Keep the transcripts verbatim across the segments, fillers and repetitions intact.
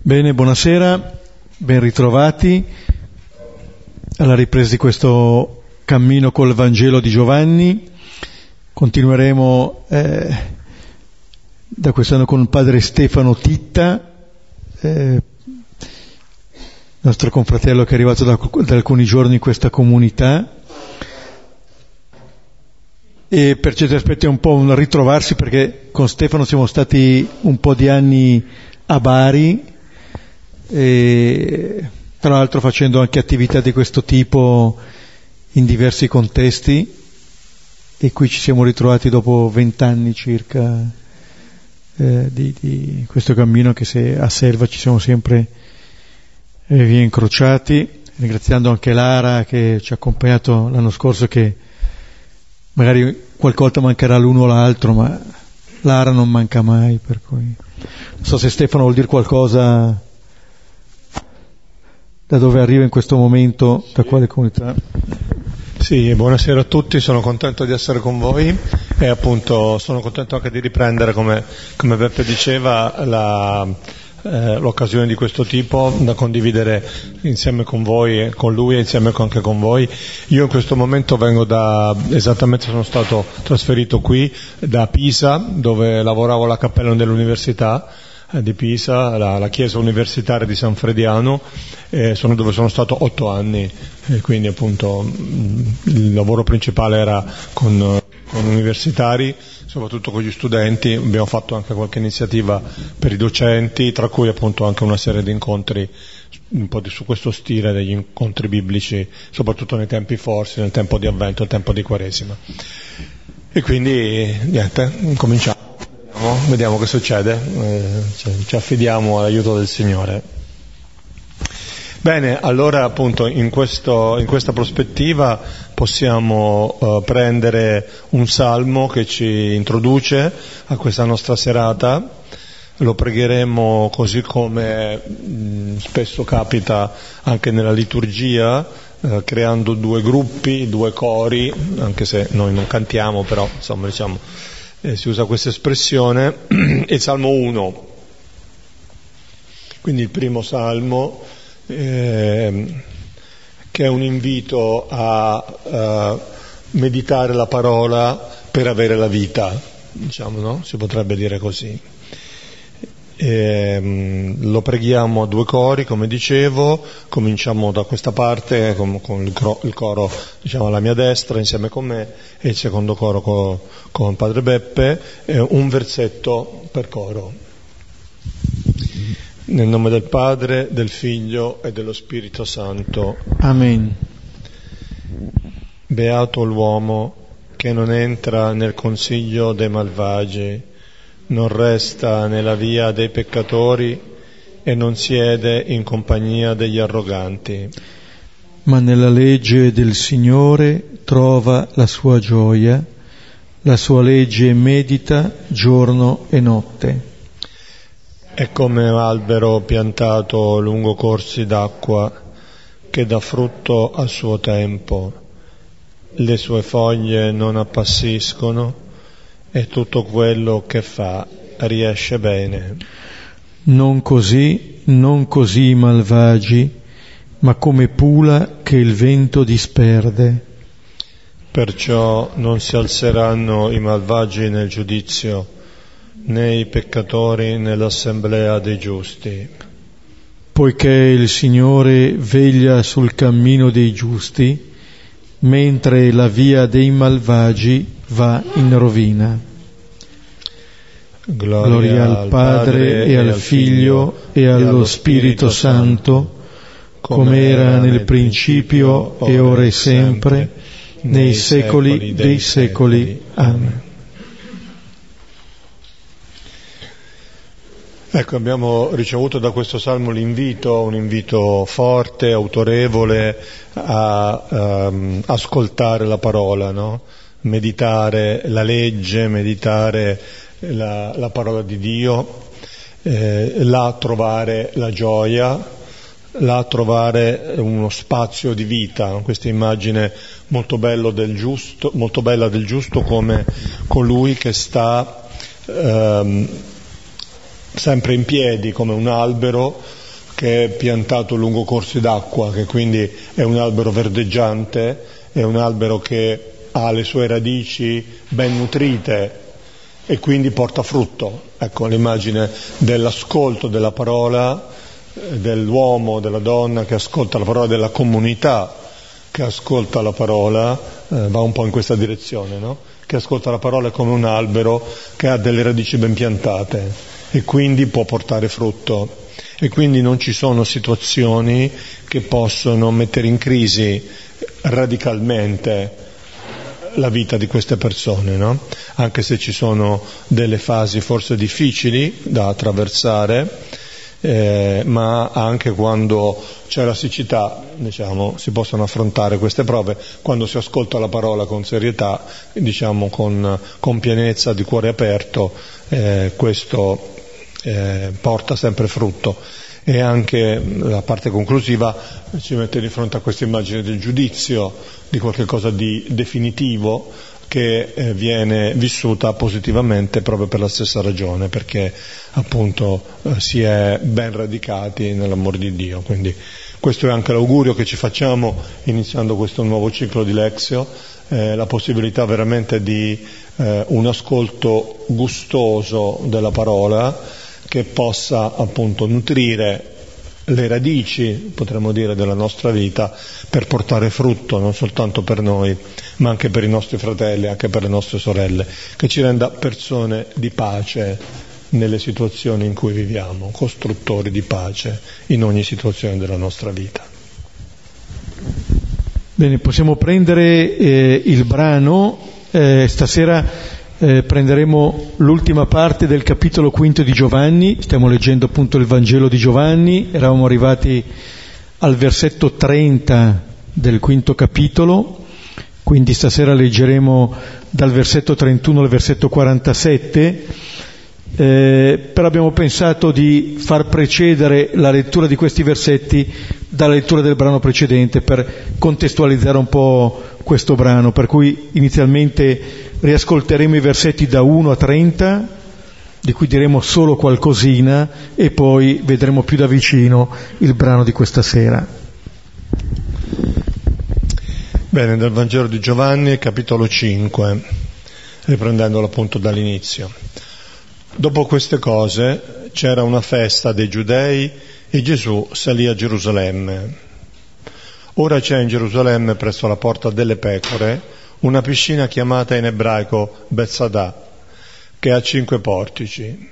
Bene, buonasera, ben ritrovati alla ripresa di questo cammino col Vangelo di Giovanni. Continueremo eh, da quest'anno con il padre Stefano Titta, eh, nostro confratello che è arrivato da, da alcuni giorni in questa comunità, e per certi aspetti è un po' un ritrovarsi, perché con Stefano siamo stati un po' di anni a Bari, e tra l'altro facendo anche attività di questo tipo in diversi contesti, e qui ci siamo ritrovati dopo vent'anni circa eh, di, di questo cammino, che se a Selva ci siamo sempre eh, via incrociati, ringraziando anche Lara che ci ha accompagnato l'anno scorso, che magari qualche volta mancherà l'uno o l'altro, ma Lara non manca mai, per cui non so se Stefano vuol dire qualcosa da dove arriva in questo momento, da quale comunità. Sì, buonasera a tutti, sono contento di essere con voi e appunto sono contento anche di riprendere, come, come Beppe diceva, la, eh, l'occasione di questo tipo da condividere insieme con voi, con lui e insieme anche con voi. Io in questo momento vengo da, esattamente sono stato trasferito qui da Pisa, dove lavoravo alla cappella dell'università di Pisa, la, la chiesa universitaria di San Frediano, eh, sono dove sono stato otto anni, e quindi appunto mh, il lavoro principale era con, con universitari, soprattutto con gli studenti. Abbiamo fatto anche qualche iniziativa per i docenti, tra cui appunto anche una serie di incontri un po' di, su questo stile degli incontri biblici, soprattutto nei tempi forti, nel tempo di Avvento, nel tempo di Quaresima. E quindi niente, cominciamo. Vediamo che succede, eh, ci affidiamo all'aiuto del Signore. Bene, allora appunto in, questo, in questa prospettiva possiamo uh, prendere un salmo che ci introduce a questa nostra serata. Lo pregheremo così come mh, spesso capita anche nella liturgia, uh, creando due gruppi, due cori, anche se noi non cantiamo, però insomma diciamo Eh, si usa questa espressione, il Salmo uno, quindi il primo Salmo, eh, che è un invito a, a meditare la parola per avere la vita, diciamo, no? Si potrebbe dire così. Eh, lo preghiamo a due cori, come dicevo. Cominciamo da questa parte con, con il, coro, il coro diciamo alla mia destra insieme con me, e il secondo coro con, con padre Beppe, eh, un versetto per coro. Nel nome del Padre, del Figlio e dello Spirito Santo. Amen. Beato l'uomo che non entra nel consiglio dei malvagi, non resta nella via dei peccatori e non siede in compagnia degli arroganti. Ma nella legge del Signore trova la sua gioia, la sua legge medita giorno e notte. È come un albero piantato lungo corsi d'acqua che dà frutto a suo tempo, le sue foglie non appassiscono e tutto quello che fa riesce bene. Non così, non così i malvagi, ma come pula che il vento disperde. Perciò non si alzeranno i malvagi nel giudizio, né i peccatori nell'assemblea dei giusti. Poiché il Signore veglia sul cammino dei giusti, mentre la via dei malvagi va in rovina. Gloria, Gloria al Padre e al Figlio e allo Spirito Santo, come era nel principio e ora e sempre, nei secoli dei secoli. Amen. Ecco, abbiamo ricevuto da questo Salmo l'invito, un invito forte, autorevole, a um, ascoltare la parola, no? Meditare la legge, meditare la, la parola di Dio, eh, là trovare la gioia, là trovare uno spazio di vita. Questa immagine molto bello del giusto, molto bella del giusto come colui che sta ehm, sempre in piedi come un albero che è piantato lungo corsi d'acqua, che quindi è un albero verdeggiante, è un albero che ha le sue radici ben nutrite e quindi porta frutto. Ecco l'immagine dell'ascolto della parola, dell'uomo, della donna che ascolta la parola, della comunità che ascolta la parola, eh, va un po' in questa direzione, no? Che ascolta la parola come un albero che ha delle radici ben piantate e quindi può portare frutto. E quindi non ci sono situazioni che possono mettere in crisi radicalmente la vita di queste persone, no? Anche se ci sono delle fasi forse difficili da attraversare, eh, ma anche quando c'è la siccità, diciamo, si possono affrontare queste prove quando si ascolta la parola con serietà, diciamo con, con pienezza di cuore aperto, eh, questo eh, porta sempre frutto. E anche la parte conclusiva ci mette di fronte a questa immagine del giudizio, di qualche cosa di definitivo che eh, viene vissuta positivamente proprio per la stessa ragione, perché appunto eh, si è ben radicati nell'amor di Dio. Quindi questo è anche l'augurio che ci facciamo iniziando questo nuovo ciclo di Lexio, eh, la possibilità veramente di eh, un ascolto gustoso della parola che possa appunto nutrire le radici, potremmo dire, della nostra vita per portare frutto non soltanto per noi ma anche per i nostri fratelli, anche per le nostre sorelle, che ci renda persone di pace nelle situazioni in cui viviamo, costruttori di pace in ogni situazione della nostra vita. Bene, possiamo prendere eh, il brano, eh, stasera Eh, prenderemo l'ultima parte del capitolo quinto di Giovanni. Stiamo leggendo appunto il Vangelo di Giovanni, eravamo arrivati al versetto trenta del quinto capitolo, quindi stasera leggeremo dal versetto trentuno al versetto quarantasette, eh, però abbiamo pensato di far precedere la lettura di questi versetti dalla lettura del brano precedente per contestualizzare un po' questo brano, per cui inizialmente riascolteremo i versetti da uno a trenta, di cui diremo solo qualcosina, e poi vedremo più da vicino il brano di questa sera. Bene, dal Vangelo di Giovanni, capitolo cinque, riprendendolo appunto dall'inizio. Dopo queste cose c'era una festa dei Giudei e Gesù salì a Gerusalemme. Ora c'è in Gerusalemme, presso la porta delle pecore, una piscina chiamata in ebraico Bethsaida, che ha cinque portici.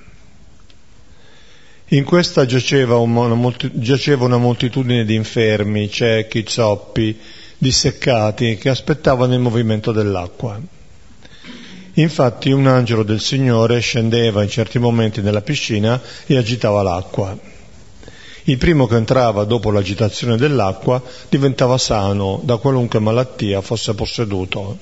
In questa giaceva una, molti, giaceva una moltitudine di infermi, ciechi, zoppi, disseccati, che aspettavano il movimento dell'acqua. Infatti un angelo del Signore scendeva in certi momenti nella piscina e agitava l'acqua. Il primo che entrava dopo l'agitazione dell'acqua diventava sano da qualunque malattia fosse posseduto.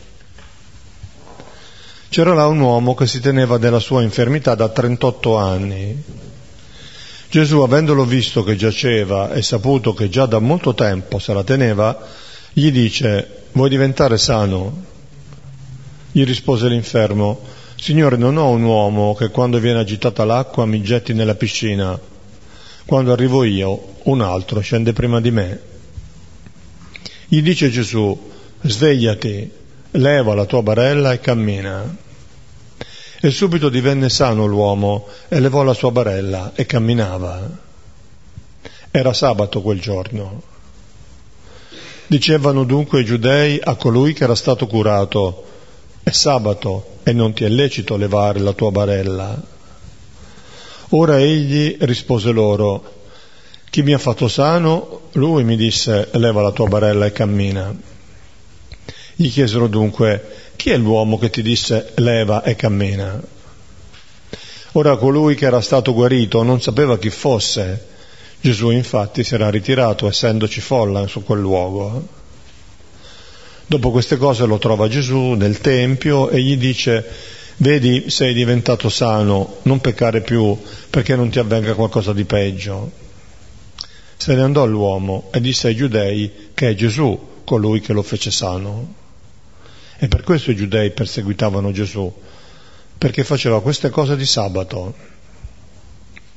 C'era là un uomo che si teneva della sua infermità da trentotto anni. Gesù, avendolo visto che giaceva e saputo che già da molto tempo se la teneva, gli dice: «Vuoi diventare sano?» Gli rispose l'infermo: «Signore, non ho un uomo che quando viene agitata l'acqua mi getti nella piscina. Quando arrivo io, un altro scende prima di me». Gli dice Gesù: «Svegliati, leva la tua barella e cammina». E subito divenne sano l'uomo e levò la sua barella e camminava. Era sabato quel giorno. Dicevano dunque i giudei a colui che era stato curato: «È sabato e non ti è lecito levare la tua barella». Ora egli rispose loro: «Chi mi ha fatto sano?» Lui mi disse: «Leva la tua barella e cammina». Gli chiesero dunque: «Chi è l'uomo che ti disse leva e cammina?» Ora colui che era stato guarito non sapeva chi fosse. Gesù infatti si era ritirato, essendoci folla su quel luogo. Dopo queste cose lo trova Gesù nel tempio e gli dice: «Vedi, sei diventato sano, non peccare più, perché non ti avvenga qualcosa di peggio». Se ne andò l'uomo e disse ai giudei che è Gesù colui che lo fece sano. E per questo i giudei perseguitavano Gesù, perché faceva queste cose di sabato.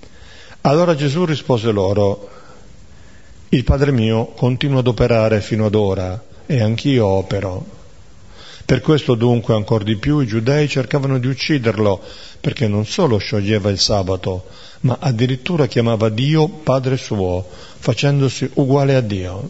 Allora Gesù rispose loro: il Padre mio continua ad operare fino ad ora, e anch'io opero. Per questo dunque ancor di più i giudei cercavano di ucciderlo, perché non solo scioglieva il sabato, ma addirittura chiamava Dio Padre suo, facendosi uguale a Dio.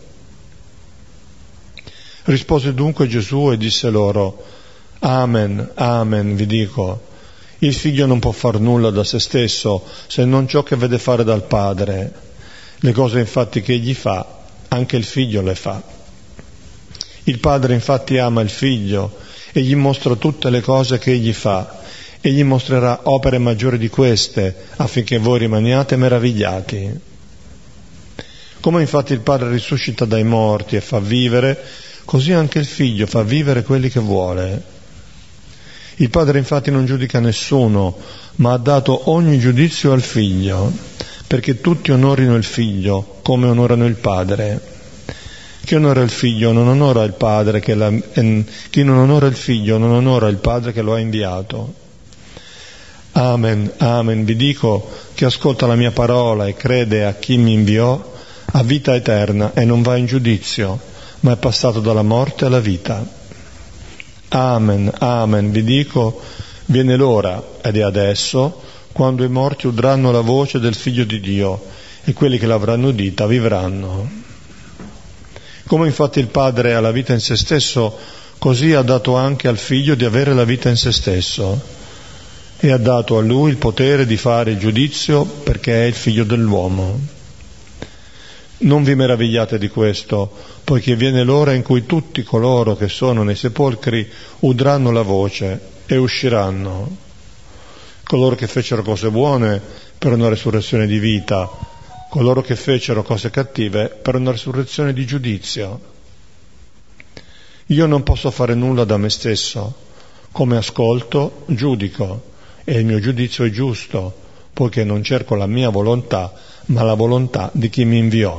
Rispose dunque Gesù e disse loro: Amen, amen, vi dico, il figlio non può far nulla da se stesso, se non ciò che vede fare dal Padre. Le cose infatti che egli fa, anche il figlio le fa. Il Padre infatti ama il figlio e gli mostra tutte le cose che egli fa, e gli mostrerà opere maggiori di queste, affinché voi rimaniate meravigliati. Come infatti il Padre risuscita dai morti e fa vivere, così anche il figlio fa vivere quelli che vuole. Il Padre infatti non giudica nessuno, ma ha dato ogni giudizio al figlio, perché tutti onorino il figlio come onorano il Padre. Chi onora il figlio non onora il Padre che l'ha, eh, chi non onora il figlio non onora il Padre che lo ha inviato. Amen, amen, vi dico, chi ascolta la mia parola e crede a chi mi inviò ha vita eterna e non va in giudizio, ma è passato dalla morte alla vita. Amen, amen, vi dico, viene l'ora, ed è adesso, quando i morti udranno la voce del Figlio di Dio, e quelli che l'avranno udita vivranno. Come infatti il Padre ha la vita in se stesso, così ha dato anche al Figlio di avere la vita in se stesso, e ha dato a Lui il potere di fare il giudizio, perché è il Figlio dell'uomo. Non vi meravigliate di questo, poiché viene l'ora in cui tutti coloro che sono nei sepolcri udranno la voce e usciranno. Coloro che fecero cose buone per una resurrezione di vita, coloro che fecero cose cattive per una resurrezione di giudizio. Io non posso fare nulla da me stesso, come ascolto, giudico, e il mio giudizio è giusto, poiché non cerco la mia volontà, ma la volontà di chi mi inviò.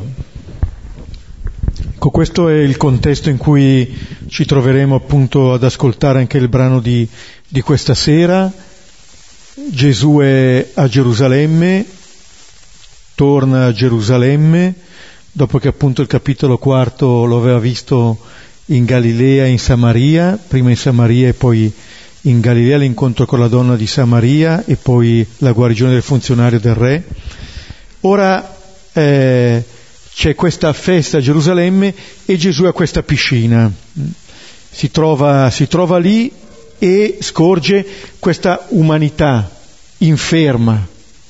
Ecco, questo è il contesto in cui ci troveremo appunto ad ascoltare anche il brano di, di questa sera. Gesù è a Gerusalemme, torna a Gerusalemme, dopo che appunto il capitolo quarto lo aveva visto in Galilea e in Samaria, prima in Samaria e poi in Galilea, l'incontro con la donna di Samaria e poi la guarigione del funzionario del re. Ora eh, c'è questa festa a Gerusalemme e Gesù è a questa piscina, si trova, si trova lì e scorge questa umanità inferma.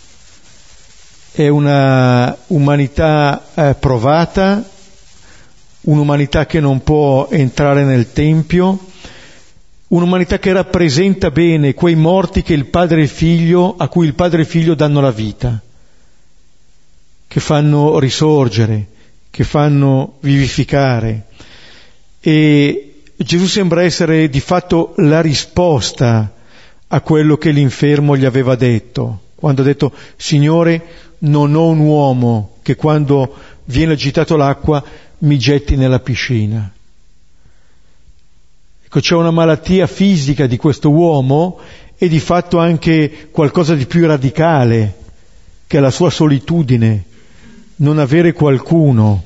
È una umanità eh, provata, un'umanità che non può entrare nel Tempio, un'umanità che rappresenta bene quei morti che il padre e il figlio, a cui il padre e il figlio danno la vita, che fanno risorgere, che fanno vivificare. E Gesù sembra essere di fatto la risposta a quello che l'infermo gli aveva detto, quando ha detto: Signore, non ho un uomo che quando viene agitato l'acqua mi getti nella piscina. Ecco, c'è una malattia fisica di questo uomo e di fatto anche qualcosa di più radicale, che è la sua solitudine, non avere qualcuno.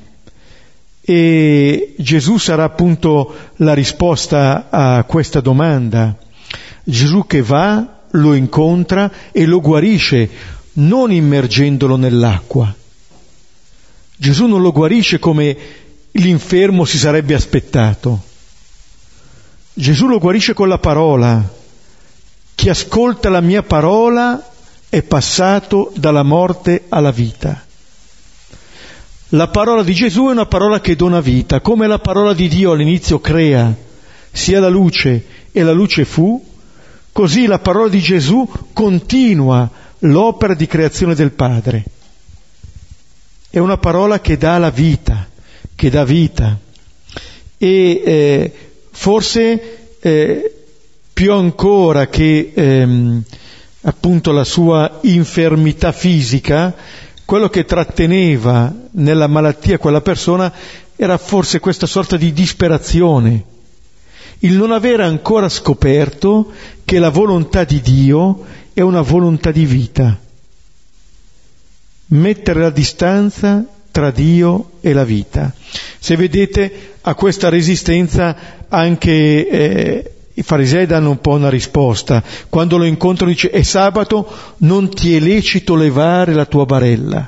E Gesù sarà appunto la risposta a questa domanda. Gesù che va, lo incontra e lo guarisce, non immergendolo nell'acqua. Gesù non lo guarisce come l'infermo si sarebbe aspettato. Gesù lo guarisce con la parola. Chi ascolta la mia parola è passato dalla morte alla vita. La parola di Gesù è una parola che dona vita, come la parola di Dio all'inizio crea, sia la luce e la luce fu, così la parola di Gesù continua l'opera di creazione del Padre. È una parola che dà la vita, che dà vita. E eh, forse eh, più ancora che ehm, appunto la sua infermità fisica, quello che tratteneva nella malattia quella persona era forse questa sorta di disperazione, il non avere ancora scoperto che la volontà di Dio è una volontà di vita. mettere la distanza tra Dio e la vita. Se vedete, a questa resistenza anche eh, i farisei danno un po' una risposta. Quando lo incontrano dice: è sabato, non ti è lecito levare la tua barella.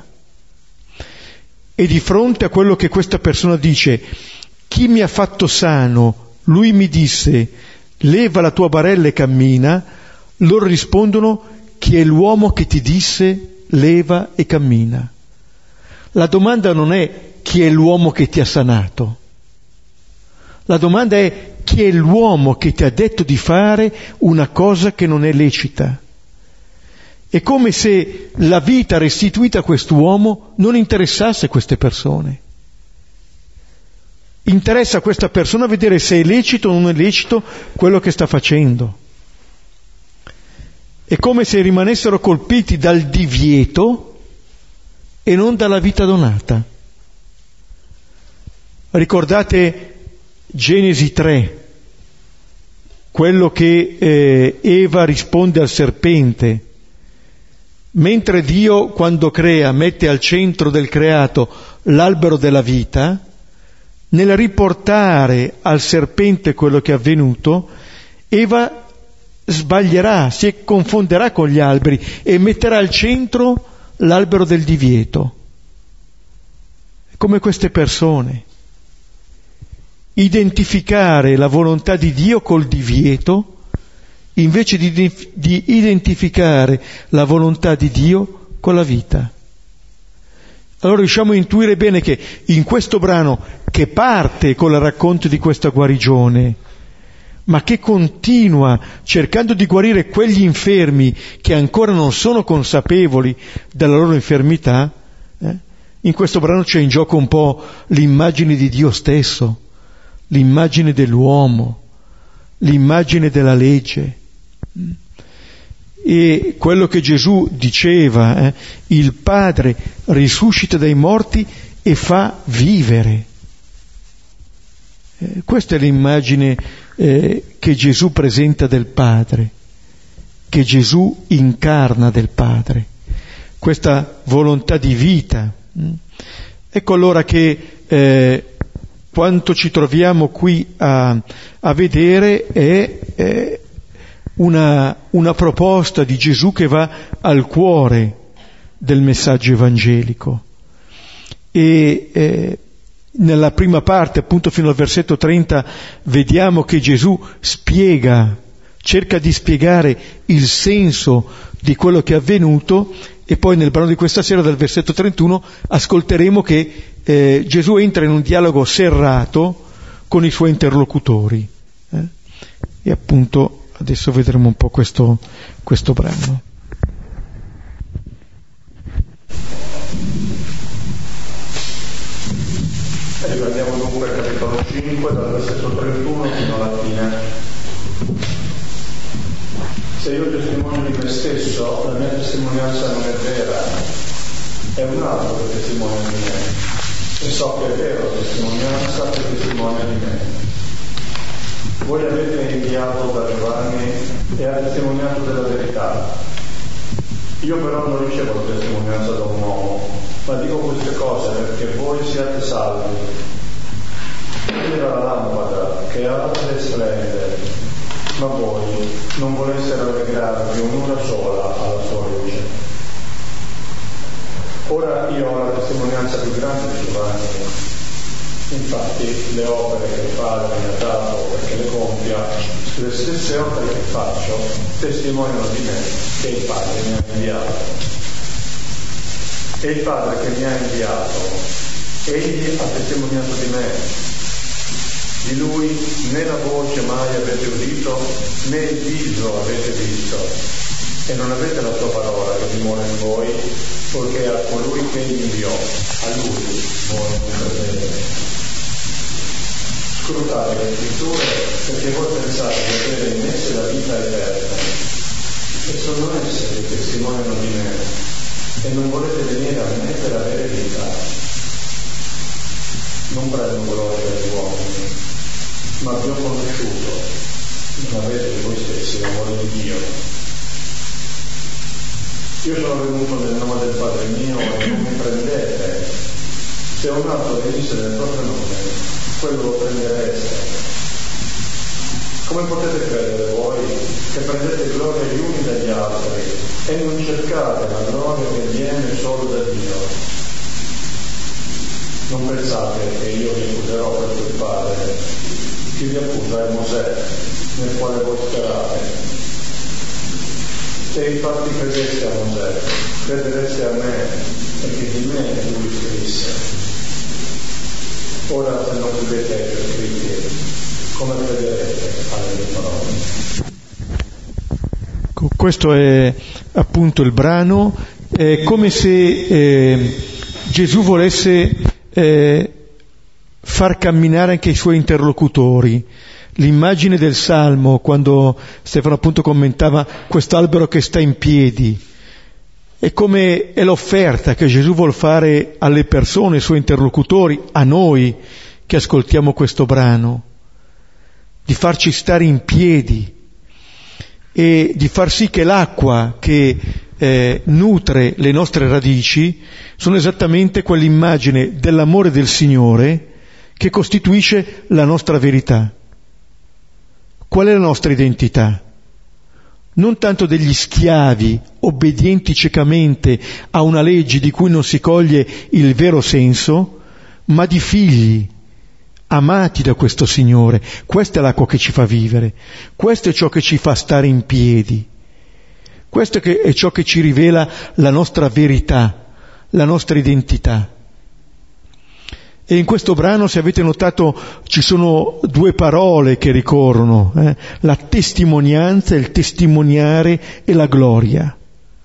E di fronte a quello che questa persona dice: chi mi ha fatto sano? Lui mi disse: leva la tua barella e cammina. Loro rispondono: chi è l'uomo che ti disse leva e cammina? La domanda non è chi è l'uomo che ti ha sanato. La domanda è: chi è l'uomo che ti ha detto di fare una cosa che non è lecita? È come se la vita restituita a quest'uomo non interessasse queste persone. Interessa a questa persona vedere se è lecito o non è lecito quello che sta facendo. È come se rimanessero colpiti dal divieto e non dalla vita donata. Ricordate Genesi tre, quello che eh, Eva risponde al serpente. Mentre Dio, quando crea, mette al centro del creato l'albero della vita, nel riportare al serpente quello che è avvenuto, Eva sbaglierà, si confonderà con gli alberi e metterà al centro l'albero del divieto. Come queste persone. Identificare la volontà di Dio col divieto, invece di, di identificare la volontà di Dio con la vita. Allora riusciamo a intuire bene che in questo brano, che parte con il racconto di questa guarigione, ma che continua cercando di guarire quegli infermi che ancora non sono consapevoli della loro infermità, eh? In questo brano c'è in gioco un po' l'immagine di Dio stesso, l'immagine dell'uomo, l'immagine della legge. E quello che Gesù diceva, eh, il Padre risuscita dai morti e fa vivere. Eh, questa è l'immagine eh, che Gesù presenta del Padre, che Gesù incarna del Padre, questa volontà di vita. Ecco allora che eh, quanto ci troviamo qui a, a vedere è, è una, una proposta di Gesù che va al cuore del messaggio evangelico. E eh, nella prima parte, appunto fino al versetto trenta, vediamo che Gesù spiega, cerca di spiegare il senso di quello che è avvenuto, e poi nel brano di questa sera, dal versetto trentuno, ascolteremo che eh, Gesù entra in un dialogo serrato con i suoi interlocutori. Eh? E appunto adesso vedremo un po' questo, questo brano. E ricordiamo dunque il capitolo cinque, dal versetto trentuno fino alla fine. Se io testimonio di me stesso, la mia testimonianza non è vera, è un altro che testimonia di me, e so che è vera la testimonianza che testimonia di me. Voi avete inviato da Giovanni e ha testimoniato della verità. Io però non ricevo la testimonianza da un uomo, ma dico queste cose perché voi siate salvi. Era la lampada che arde e splende, ma voi non voleste rallegrarvi un'ora sola alla sua luce. Ora io ho la testimonianza più grande di Giovanni. Infatti le opere che il Padre mi ha dato perché le compia, le stesse opere che faccio, testimoniano di me che il Padre mi ha inviato. E il Padre che mi ha inviato, egli ha testimoniato di me. Di lui né la voce mai avete udito, né il viso avete visto, e non avete la sua parola che dimora in voi, poiché a colui che egli inviò, a lui voi credete. Scrutate le scritture, perché voi pensate di avere in esse la vita eterna, e sono esse che testimoniano di me, e non volete venire a me per avere vita. Non prendo gloria dagli uomini, ma vi ho conosciuto, non avete di voi stessi l'amore di Dio. Io sono venuto nel nome del Padre mio e non Se un altro venisse nel proprio nome, quello lo prendereste. Come potete credere voi che prendete gloria gli uni dagli altri e non cercate la gloria che viene solo da Dio? Non pensate che io vi accuserò per quel Padre. Chi vi accusa è Mosè, nel quale voi sperate. Se infatti credeste a Mosè, credereste a me, perché di me lui scrisse. Ora se non credete ai suoi scritti, come crederete alle mie parole? Questo è appunto il brano, è come se eh, Gesù volesse eh, far camminare anche i suoi interlocutori. L'immagine del Salmo, quando Stefano appunto commentava questo albero che sta in piedi, è come è l'offerta che Gesù vuol fare alle persone, ai suoi interlocutori, a noi che ascoltiamo questo brano, di farci stare in piedi e di far sì che l'acqua che eh, nutre le nostre radici sono esattamente quell'immagine dell'amore del Signore che costituisce la nostra verità. Qual è la nostra identità? Non tanto degli schiavi obbedienti ciecamente a una legge di cui non si coglie il vero senso, ma di figli amati da questo Signore. Questa è l'acqua che ci fa vivere, questo è ciò che ci fa stare in piedi, questo è ciò che ci rivela la nostra verità, la nostra identità. E in questo brano, se avete notato, ci sono due parole che ricorrono, eh? la testimonianza, il testimoniare e la gloria.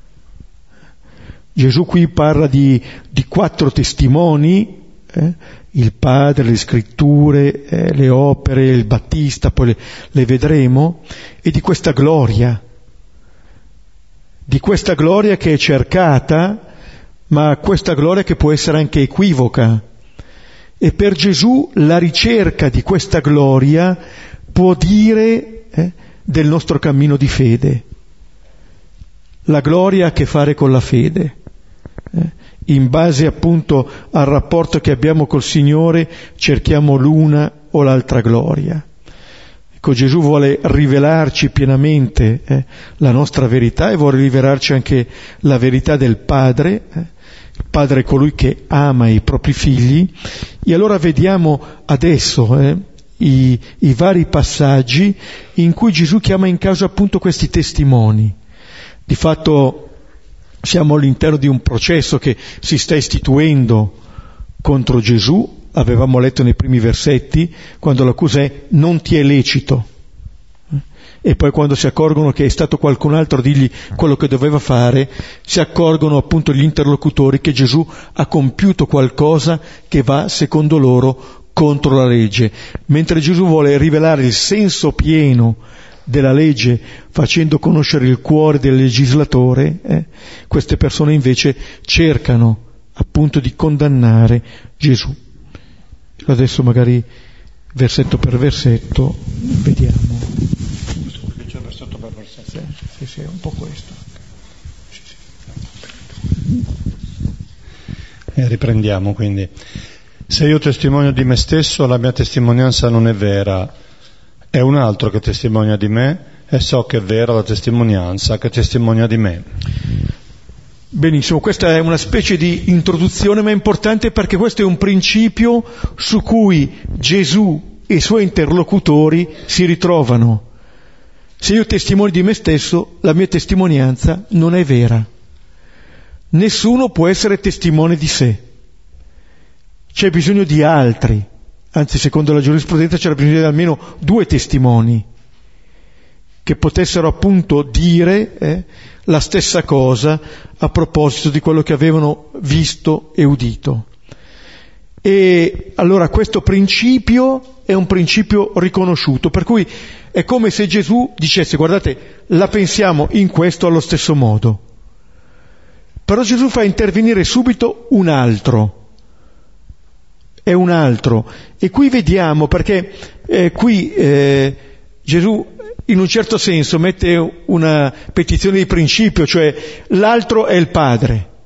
Gesù qui parla di, di quattro testimoni, eh? il Padre, le Scritture, eh, le opere, il Battista, poi le, le vedremo, e di questa gloria, di questa gloria che è cercata, ma questa gloria che può essere anche equivoca. E per Gesù la ricerca di questa gloria può dire eh, del nostro cammino di fede. La gloria ha a che fare con la fede. Eh, in base appunto al rapporto che abbiamo col Signore cerchiamo l'una o l'altra gloria. Ecco, Gesù vuole rivelarci pienamente eh, la nostra verità e vuole rivelarci anche la verità del Padre. Eh, Il Padre è colui che ama i propri figli, e allora vediamo adesso eh, i, i vari passaggi in cui Gesù chiama in causa appunto questi testimoni. Di fatto siamo all'interno di un processo che si sta istituendo contro Gesù. Avevamo letto nei primi versetti quando l'accusa è non ti è lecito, e poi quando si accorgono che è stato qualcun altro a dirgli quello che doveva fare, si accorgono appunto gli interlocutori che Gesù ha compiuto qualcosa che va secondo loro contro la legge. Mentre Gesù vuole rivelare il senso pieno della legge facendo conoscere il cuore del legislatore, eh, queste persone invece cercano appunto di condannare Gesù. Adesso magari versetto per versetto vediamo. Sì, sì, è un po' questo. Sì, sì. E riprendiamo quindi. Se io testimonio di me stesso, la mia testimonianza non è vera. È un altro che testimonia di me e so che è vera la testimonianza che testimonia di me. Benissimo, questa è una specie di introduzione, ma è importante perché questo è un principio su cui Gesù e i suoi interlocutori si ritrovano. Se io testimonio di me stesso, la mia testimonianza non è vera. Nessuno può essere testimone di sé. C'è bisogno di altri. Anzi, secondo la giurisprudenza c'era bisogno di almeno due testimoni che potessero appunto dire eh, la stessa cosa a proposito di quello che avevano visto e udito. E allora questo principio è un principio riconosciuto, per cui è come se Gesù dicesse: guardate, la pensiamo in questo allo stesso modo. Però Gesù fa intervenire subito un altro. È un altro. E qui vediamo, perché eh, qui eh, Gesù in un certo senso mette una petizione di principio, cioè l'altro è il Padre,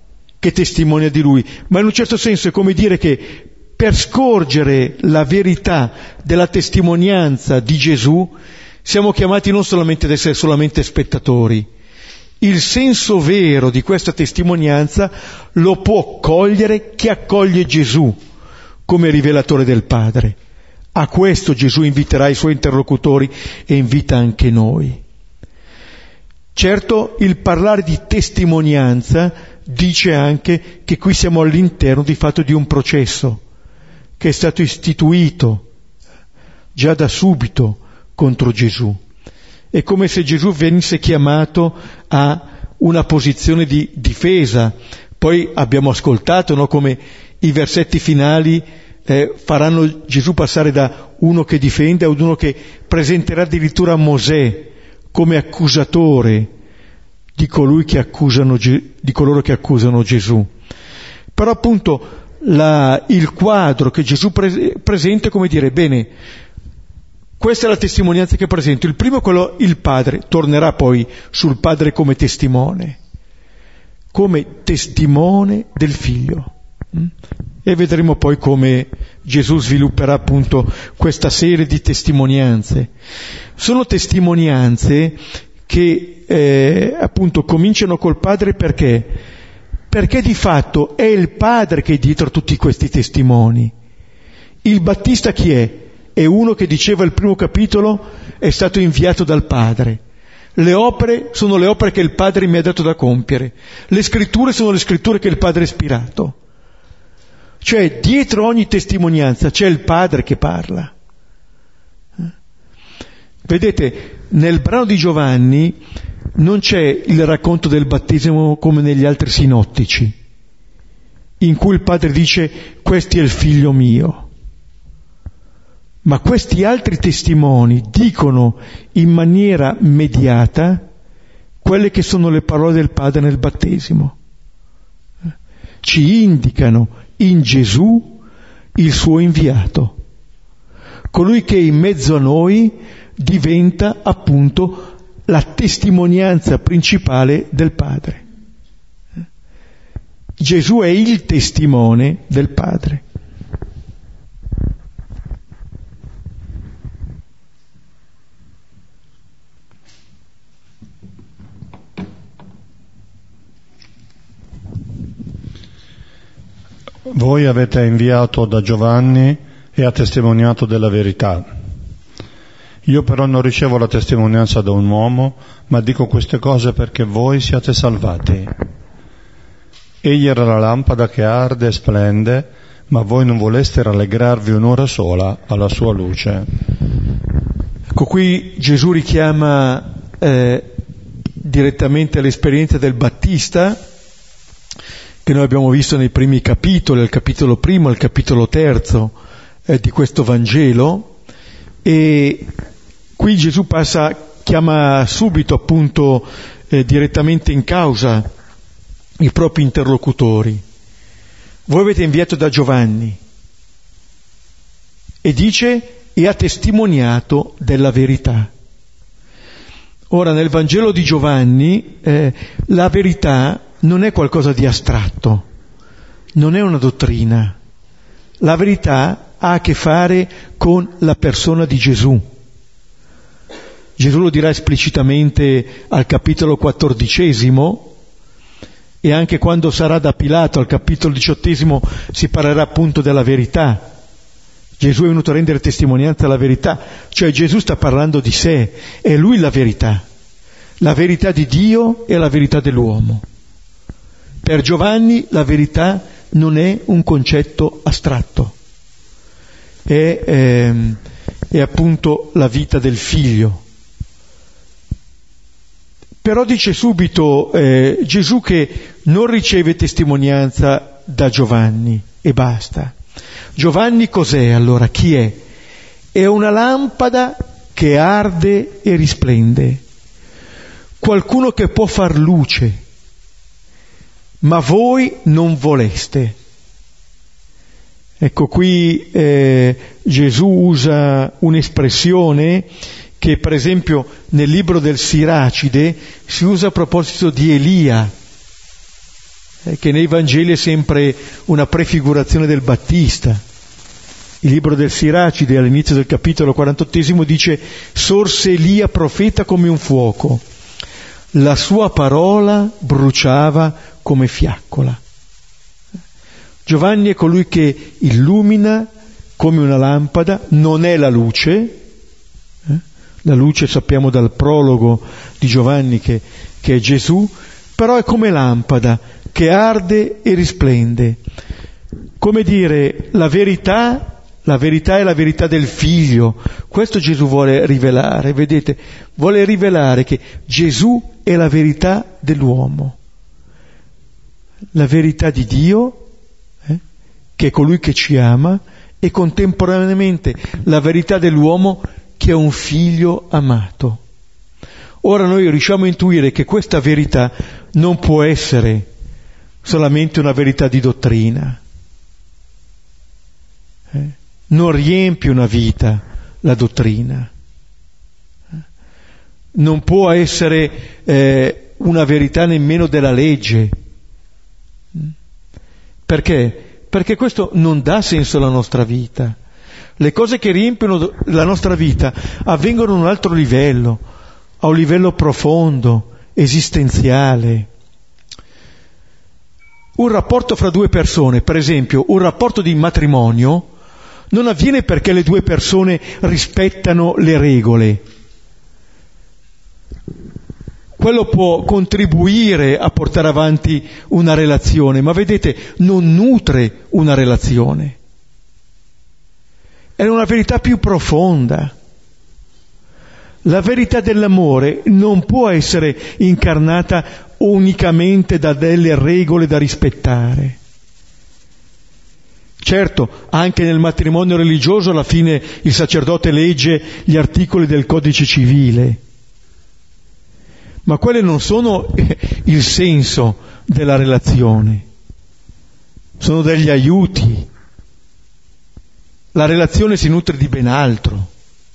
che testimonia di lui, ma in un certo senso è come dire che per scorgere la verità della testimonianza di Gesù siamo chiamati non solamente ad essere solamente spettatori. Il senso vero di questa testimonianza lo può cogliere chi accoglie Gesù come rivelatore del Padre. A questo Gesù inviterà i suoi interlocutori e invita anche noi. Certo, il parlare di testimonianza dice anche che qui siamo all'interno di fatto di un processo che è stato istituito già da subito contro Gesù. È come se Gesù venisse chiamato a una posizione di difesa. Poi abbiamo ascoltato, no, come i versetti finali eh, faranno Gesù passare da uno che difende ad uno che presenterà addirittura Mosè come accusatore di colui che accusano di coloro che accusano Gesù. Però appunto la, il quadro che Gesù pre- presenta è come dire, bene, questa è la testimonianza che presento. Il primo è quello, il Padre, tornerà poi sul Padre come testimone, come testimone del Figlio. E vedremo poi come Gesù svilupperà appunto questa serie di testimonianze. Sono testimonianze che eh, appunto cominciano col Padre perché? Perché di fatto è il Padre che è dietro a tutti questi testimoni. Il Battista chi è? È uno che diceva il primo capitolo è stato inviato dal Padre. Le opere sono le opere che il Padre mi ha dato da compiere. Le scritture sono le scritture che il Padre ha ispirato. Cioè dietro ogni testimonianza c'è il Padre che parla. Vedete, nel brano di Giovanni non c'è il racconto del battesimo come negli altri sinottici, in cui il Padre dice questo è il figlio mio. Ma questi altri testimoni dicono in maniera mediata quelle che sono le parole del Padre nel battesimo. Ci indicano in Gesù il suo inviato, colui che in mezzo a noi diventa appunto la testimonianza principale del Padre. Gesù è il testimone del Padre. Voi avete inviato da Giovanni e ha testimoniato della verità. Io però non ricevo la testimonianza da un uomo, ma dico queste cose perché voi siate salvati. Egli era la lampada che arde e splende, ma voi non voleste rallegrarvi un'ora sola alla sua luce. Ecco, qui Gesù richiama eh, direttamente l'esperienza del Battista, che noi abbiamo visto nei primi capitoli, al capitolo primo, al capitolo terzo eh, di questo Vangelo, e qui Gesù passa, chiama subito appunto eh, direttamente in causa i propri interlocutori. Voi avete inviato da Giovanni e dice e ha testimoniato della verità. Ora nel Vangelo di Giovanni eh, la verità non è qualcosa di astratto, non è una dottrina. La verità ha a che fare con la persona di Gesù. Gesù lo dirà esplicitamente al capitolo quattordicesimo, e anche quando sarà da Pilato al capitolo diciottesimo si parlerà appunto della verità. Gesù è venuto a rendere testimonianza alla verità, cioè Gesù sta parlando di sé, è lui la verità, la verità di Dio e la verità dell'uomo. Per Giovanni la verità non è un concetto astratto, è, è, è appunto la vita del Figlio. Però dice subito eh, Gesù che non riceve testimonianza da Giovanni e basta. Giovanni cos'è allora? Chi è? È una lampada che arde e risplende, qualcuno che può far luce, ma voi non voleste. Ecco qui eh, Gesù usa un'espressione che per esempio nel libro del Siracide si usa a proposito di Elia. eh, che nei Vangeli è sempre una prefigurazione del Battista. Il libro del Siracide, all'inizio del capitolo quarantottesimo, dice: sorse Elia profeta come un fuoco, la sua parola bruciava come fiaccola. Giovanni è colui che illumina come una lampada, non è la luce. Eh? La luce sappiamo dal prologo di Giovanni che, che è Gesù, però è come lampada che arde e risplende. Come dire, la verità La verità è la verità del Figlio. Questo Gesù vuole rivelare, vedete? Vuole rivelare che Gesù è la verità dell'uomo, la verità di Dio, eh, che è colui che ci ama, e contemporaneamente la verità dell'uomo che è un figlio amato. Ora noi riusciamo a intuire che questa verità non può essere solamente una verità di dottrina. Eh? Non riempie una vita la dottrina, non può essere eh, una verità nemmeno della legge. Perché? Perché questo non dà senso alla nostra vita. Le cose che riempiono la nostra vita avvengono a un altro livello, a un livello profondo, esistenziale. Un rapporto fra due persone, per esempio un rapporto di matrimonio, non avviene perché le due persone rispettano le regole. Quello può contribuire a portare avanti una relazione, ma vedete, non nutre una relazione. È una verità più profonda. La verità dell'amore non può essere incarnata unicamente da delle regole da rispettare. Certo, anche nel matrimonio religioso alla fine il sacerdote legge gli articoli del codice civile, ma quelle non sono il senso della relazione, sono degli aiuti. La relazione si nutre di ben altro.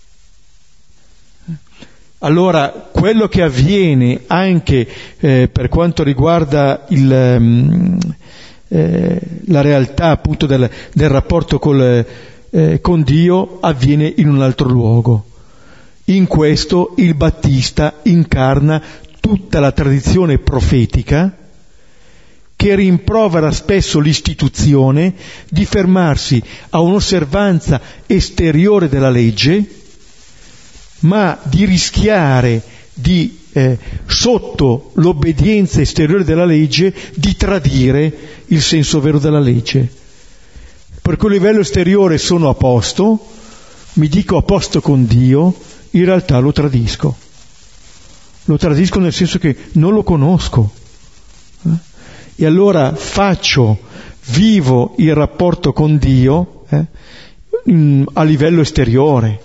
Allora, quello che avviene anche eh, per quanto riguarda il... Um, Eh, la realtà appunto del, del rapporto col, eh, con Dio avviene in un altro luogo. In questo il Battista incarna tutta la tradizione profetica che rimprovera spesso l'istituzione di fermarsi a un'osservanza esteriore della legge, ma di rischiare di Eh, sotto l'obbedienza esteriore della legge di tradire il senso vero della legge. Per quel livello esteriore sono a posto, mi dico a posto con Dio, in realtà lo tradisco. Lo tradisco nel senso che non lo conosco. Eh? E allora faccio, vivo il rapporto con Dio eh, in, a livello esteriore.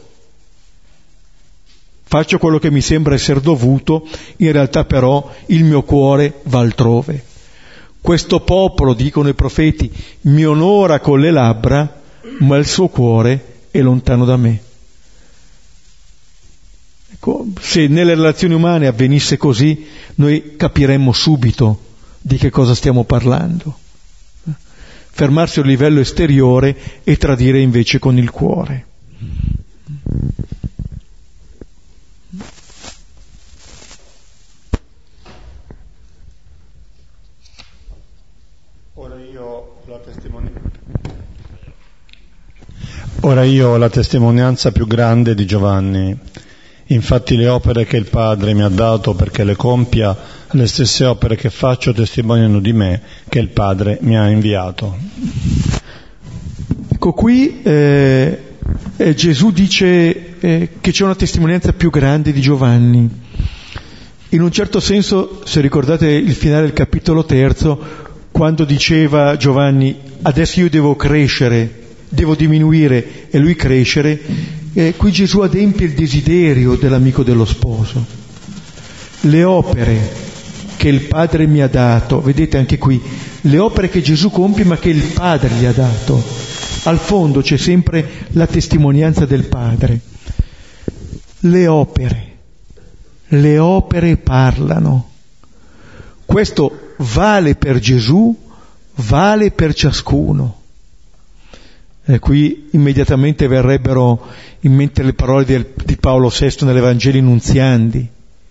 Faccio quello che mi sembra essere dovuto, in realtà però il mio cuore va altrove. Questo popolo, dicono i profeti, mi onora con le labbra, ma il suo cuore è lontano da me. Ecco, se nelle relazioni umane avvenisse così, noi capiremmo subito di che cosa stiamo parlando. Fermarsi a un livello esteriore e tradire invece con il cuore. Ora io la testimonianza. Ora io ho la testimonianza più grande di Giovanni. Infatti le opere che il Padre mi ha dato perché le compia, le stesse opere che faccio testimoniano di me che il Padre mi ha inviato. Ecco qui eh, eh, Gesù dice eh, che c'è una testimonianza più grande di Giovanni. In un certo senso, se ricordate il finale del capitolo terzo, quando diceva Giovanni adesso io devo crescere, devo diminuire e lui crescere, eh, qui Gesù adempie il desiderio dell'amico dello sposo. Le opere che il Padre mi ha dato, vedete anche qui, le opere che Gesù compie ma che il Padre gli ha dato, al fondo c'è sempre la testimonianza del Padre. Le opere, le opere parlano. Questo vale per Gesù, vale per ciascuno. E qui immediatamente verrebbero in mente le parole di, di Paolo sesto nell'Evangeli Nunziandi,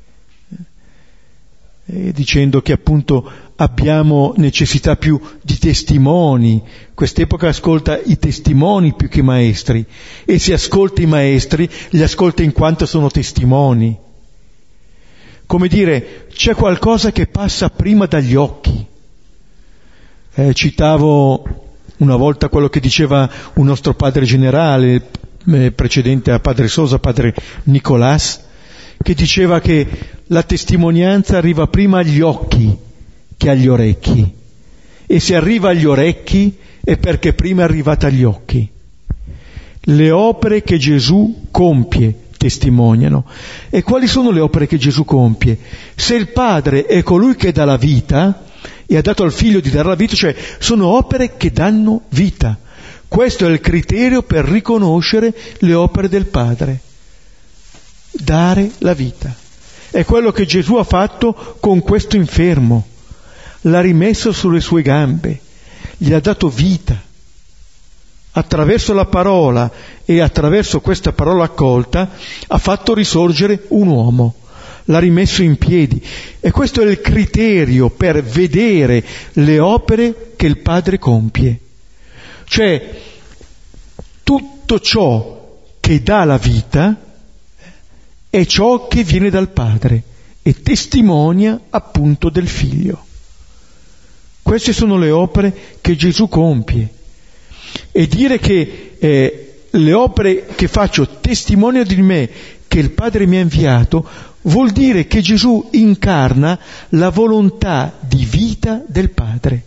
eh, dicendo che appunto abbiamo necessità più di testimoni. Quest'epoca ascolta i testimoni più che i maestri, e se ascolta i maestri li ascolta in quanto sono testimoni. Come dire, c'è qualcosa che passa prima dagli occhi. Eh, citavo una volta quello che diceva un nostro padre generale, eh, precedente a padre Sosa, padre Nicolás, che diceva che la testimonianza arriva prima agli occhi che agli orecchi, e se arriva agli orecchi è perché prima è arrivata agli occhi. Le opere che Gesù compie testimoniano. E quali sono le opere che Gesù compie? Se il Padre è colui che dà la vita e ha dato al Figlio di dare la vita, cioè sono opere che danno vita. Questo è il criterio per riconoscere le opere del Padre. Dare la vita. È quello che Gesù ha fatto con questo infermo. L'ha rimesso sulle sue gambe, gli ha dato vita. Attraverso la parola e attraverso questa parola accolta ha fatto risorgere un uomo, l'ha rimesso in piedi. E questo è il criterio per vedere le opere che il Padre compie. Cioè, tutto ciò che dà la vita è ciò che viene dal Padre e testimonia appunto del Figlio. Queste sono le opere che Gesù compie. E dire che eh, le opere che faccio testimoniano di me, che il Padre mi ha inviato, vuol dire che Gesù incarna la volontà di vita del Padre.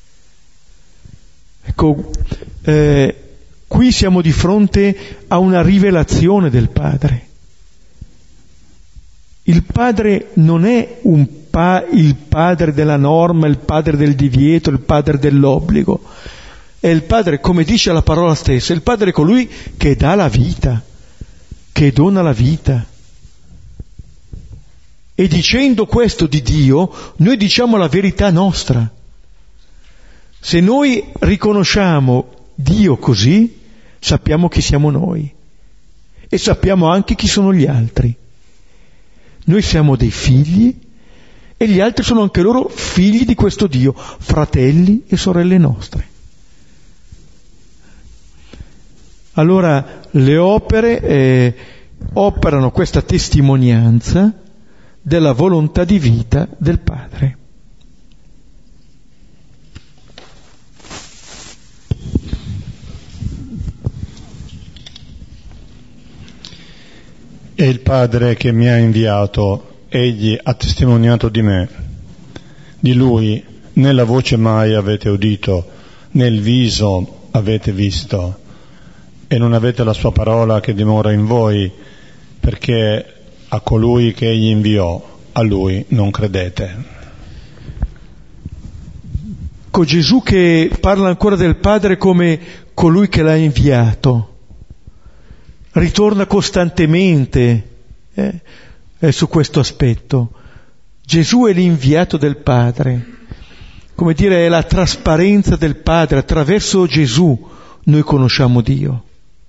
Ecco, eh, qui siamo di fronte a una rivelazione del Padre. Il Padre non è un pa- il Padre della norma, il Padre del divieto, il Padre dell'obbligo. È il Padre, come dice la parola stessa, il Padre è colui che dà la vita, che dona la vita. E dicendo questo di Dio, noi diciamo la verità nostra. Se noi riconosciamo Dio così, sappiamo chi siamo noi e sappiamo anche chi sono gli altri. Noi siamo dei figli e gli altri sono anche loro figli di questo Dio, fratelli e sorelle nostre. Allora le opere eh, operano questa testimonianza della volontà di vita del Padre. E il Padre che mi ha inviato, egli ha testimoniato di me. Di lui né la voce mai avete udito, né il viso avete visto, e non avete la sua parola che dimora in voi, perché a colui che egli inviò, a lui non credete. Con Gesù che parla ancora del Padre come colui che l'ha inviato, ritorna costantemente eh, eh, su questo aspetto. Gesù è l'inviato del Padre, come dire, è la trasparenza del Padre. Attraverso Gesù noi conosciamo Dio.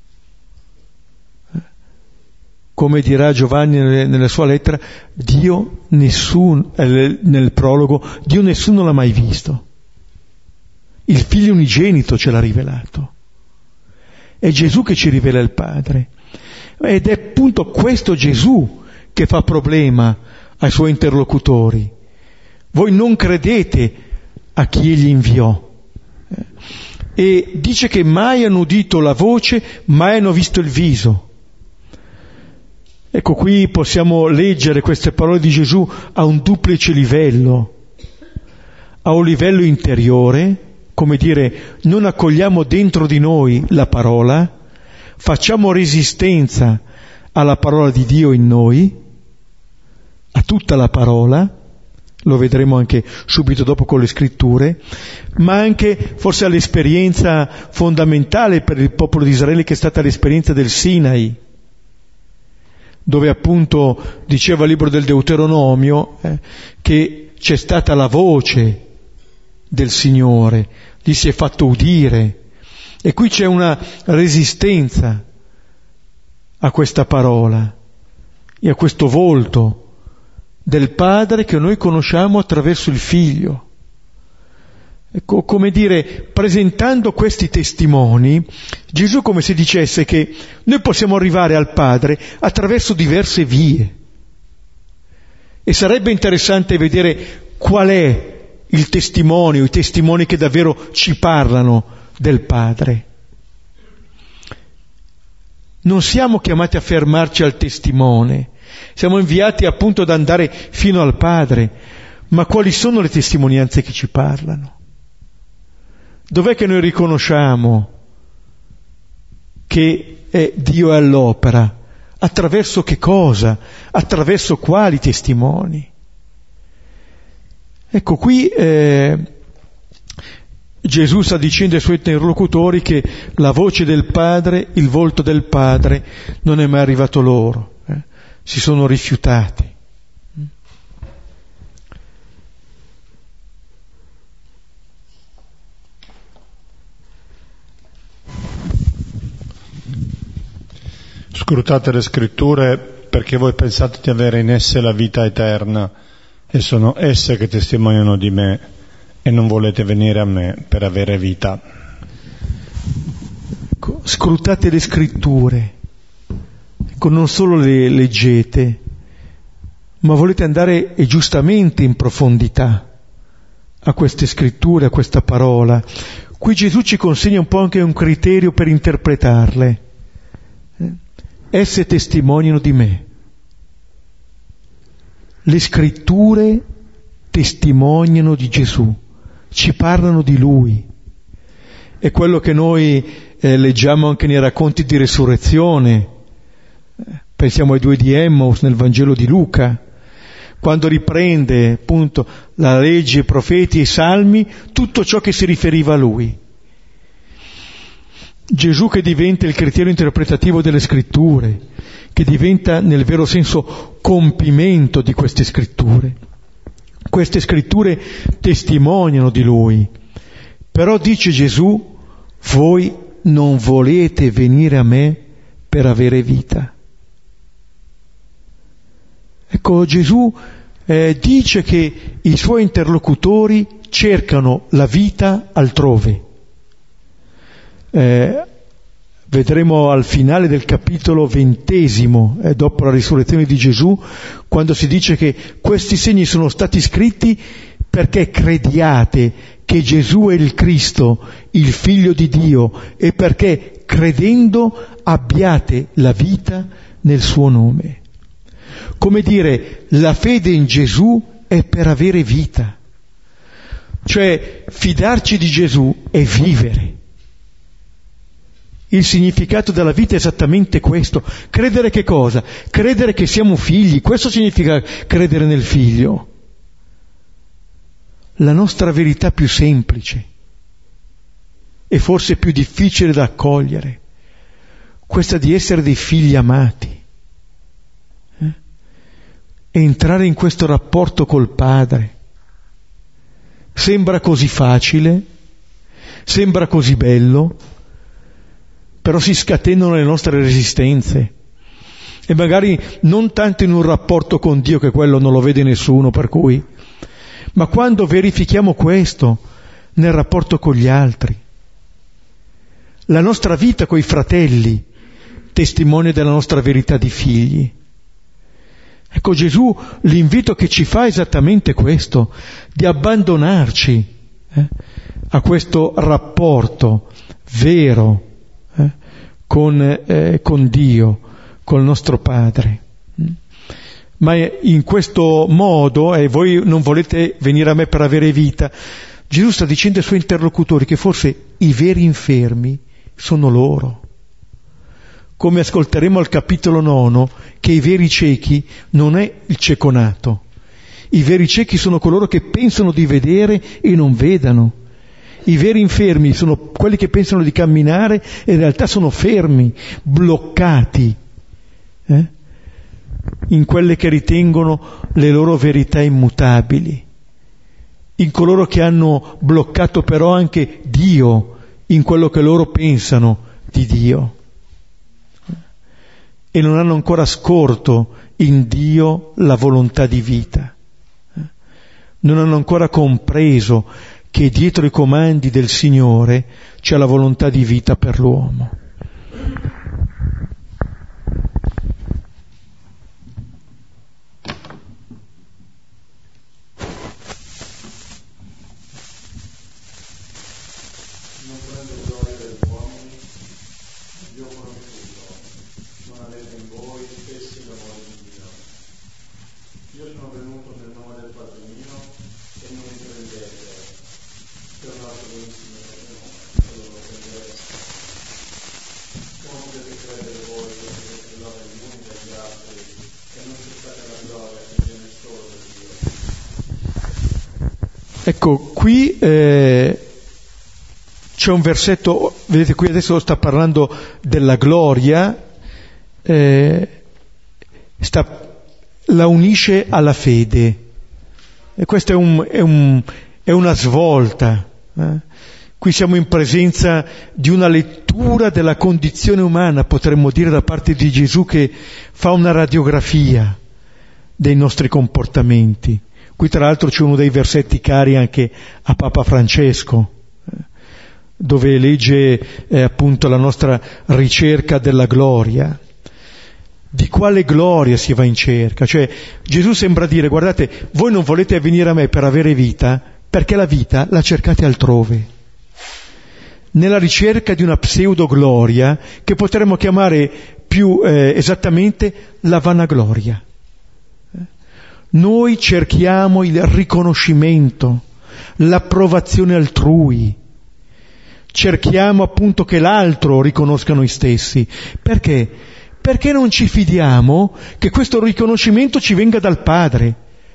Come dirà Giovanni nella sua lettera, Dio nessuno, nel prologo, Dio nessuno l'ha mai visto. Il Figlio unigenito ce l'ha rivelato. È Gesù che ci rivela il Padre. Ed è appunto questo Gesù che fa problema ai suoi interlocutori. Voi non credete a chi egli inviò. E dice che mai hanno udito la voce, mai hanno visto il viso. Ecco, qui possiamo leggere queste parole di Gesù a un duplice livello. A un livello interiore, come dire, non accogliamo dentro di noi la parola, facciamo resistenza alla parola di Dio in noi, a tutta la parola, lo vedremo anche subito dopo con le scritture, ma anche forse all'esperienza fondamentale per il popolo di Israele, che è stata l'esperienza del Sinai, dove appunto diceva il libro del Deuteronomio eh, che c'è stata la voce del Signore, gli si è fatto udire, e qui c'è una resistenza a questa parola e a questo volto del Padre che noi conosciamo attraverso il Figlio. Ecco, come dire, presentando questi testimoni, Gesù come se dicesse che noi possiamo arrivare al Padre attraverso diverse vie. E sarebbe interessante vedere qual è il testimone o i testimoni che davvero ci parlano del Padre. Non siamo chiamati a fermarci al testimone, siamo inviati appunto ad andare fino al Padre, ma quali sono le testimonianze che ci parlano? Dov'è che noi riconosciamo che è Dio è all'opera? Attraverso che cosa? Attraverso quali testimoni? Ecco, qui eh, Gesù sta dicendo ai suoi interlocutori che la voce del Padre, il volto del Padre non è mai arrivato loro, eh? Si sono rifiutati. Scrutate le scritture perché voi pensate di avere in esse la vita eterna e sono esse che testimoniano di me e non volete venire a me per avere vita. Scrutate le scritture, ecco, non solo le leggete, ma volete andare e giustamente in profondità a queste scritture, a questa parola. Qui Gesù ci consegna un po' anche un criterio per interpretarle. Esse testimoniano di me. Le scritture testimoniano di Gesù, ci parlano di Lui. È quello che noi eh, leggiamo anche nei racconti di resurrezione. Pensiamo ai due di Emmaus nel Vangelo di Luca, quando riprende appunto la legge, i profeti e i salmi, tutto ciò che si riferiva a Lui. Gesù che diventa il criterio interpretativo delle scritture, che diventa nel vero senso compimento di queste scritture. Queste scritture testimoniano di Lui, però dice Gesù, voi non volete venire a me per avere vita. Ecco, Gesù eh, dice che i suoi interlocutori cercano la vita altrove. Eh, vedremo al finale del capitolo ventesimo, eh, dopo la risurrezione di Gesù, quando si dice che questi segni sono stati scritti perché crediate che Gesù è il Cristo, il Figlio di Dio, e perché credendo abbiate la vita nel suo nome. Come dire, la fede in Gesù è per avere vita. Cioè, fidarci di Gesù è vivere. Il significato della vita è esattamente questo. Credere che cosa? Credere che siamo figli. Questo significa credere nel Figlio. La nostra verità più semplice e forse più difficile da accogliere, questa di essere dei figli amati. Eh? Entrare in questo rapporto col Padre. Sembra così facile, sembra così bello, però si scatenano le nostre resistenze, e magari non tanto in un rapporto con Dio, che quello non lo vede nessuno, per cui, ma quando verifichiamo questo nel rapporto con gli altri. La nostra vita coi fratelli testimonia della nostra verità di figli. Ecco, Gesù l'invito che ci fa è esattamente questo, di abbandonarci eh, a questo rapporto vero eh, con, eh, con Dio, col nostro Padre. Ma in questo modo, e eh, voi non volete venire a me per avere vita, Gesù sta dicendo ai suoi interlocutori che forse i veri infermi sono loro. Come ascolteremo al capitolo nono, che i veri ciechi non è il cieco nato. I veri ciechi sono coloro che pensano di vedere e non vedano. I veri infermi sono quelli che pensano di camminare e in realtà sono fermi, bloccati, eh? in quelle che ritengono le loro verità immutabili. in coloro che hanno bloccato però anche Dio in quello che loro pensano di Dio e non hanno ancora scorto in Dio la volontà di vita, non hanno ancora compreso che dietro i comandi del Signore c'è la volontà di vita per l'uomo. Ecco, qui eh, c'è un versetto, vedete qui adesso sta parlando della gloria, eh, sta, la unisce alla fede, e questa è, un, è, un, è una svolta. Eh? Qui siamo in presenza di una lettura della condizione umana, potremmo dire, da parte di Gesù, che fa una radiografia dei nostri comportamenti. Qui tra l'altro c'è uno dei versetti cari anche a Papa Francesco, dove legge eh, appunto la nostra ricerca della gloria. Di quale gloria si va in cerca? Cioè Gesù sembra dire: guardate, voi non volete venire a me per avere vita, perché la vita la cercate altrove, nella ricerca di una pseudogloria che potremmo chiamare più eh, esattamente la vanagloria. Noi cerchiamo il riconoscimento, l'approvazione altrui, cerchiamo appunto che l'altro riconosca noi stessi. Perché? Perché non ci fidiamo che questo riconoscimento ci venga dal Padre,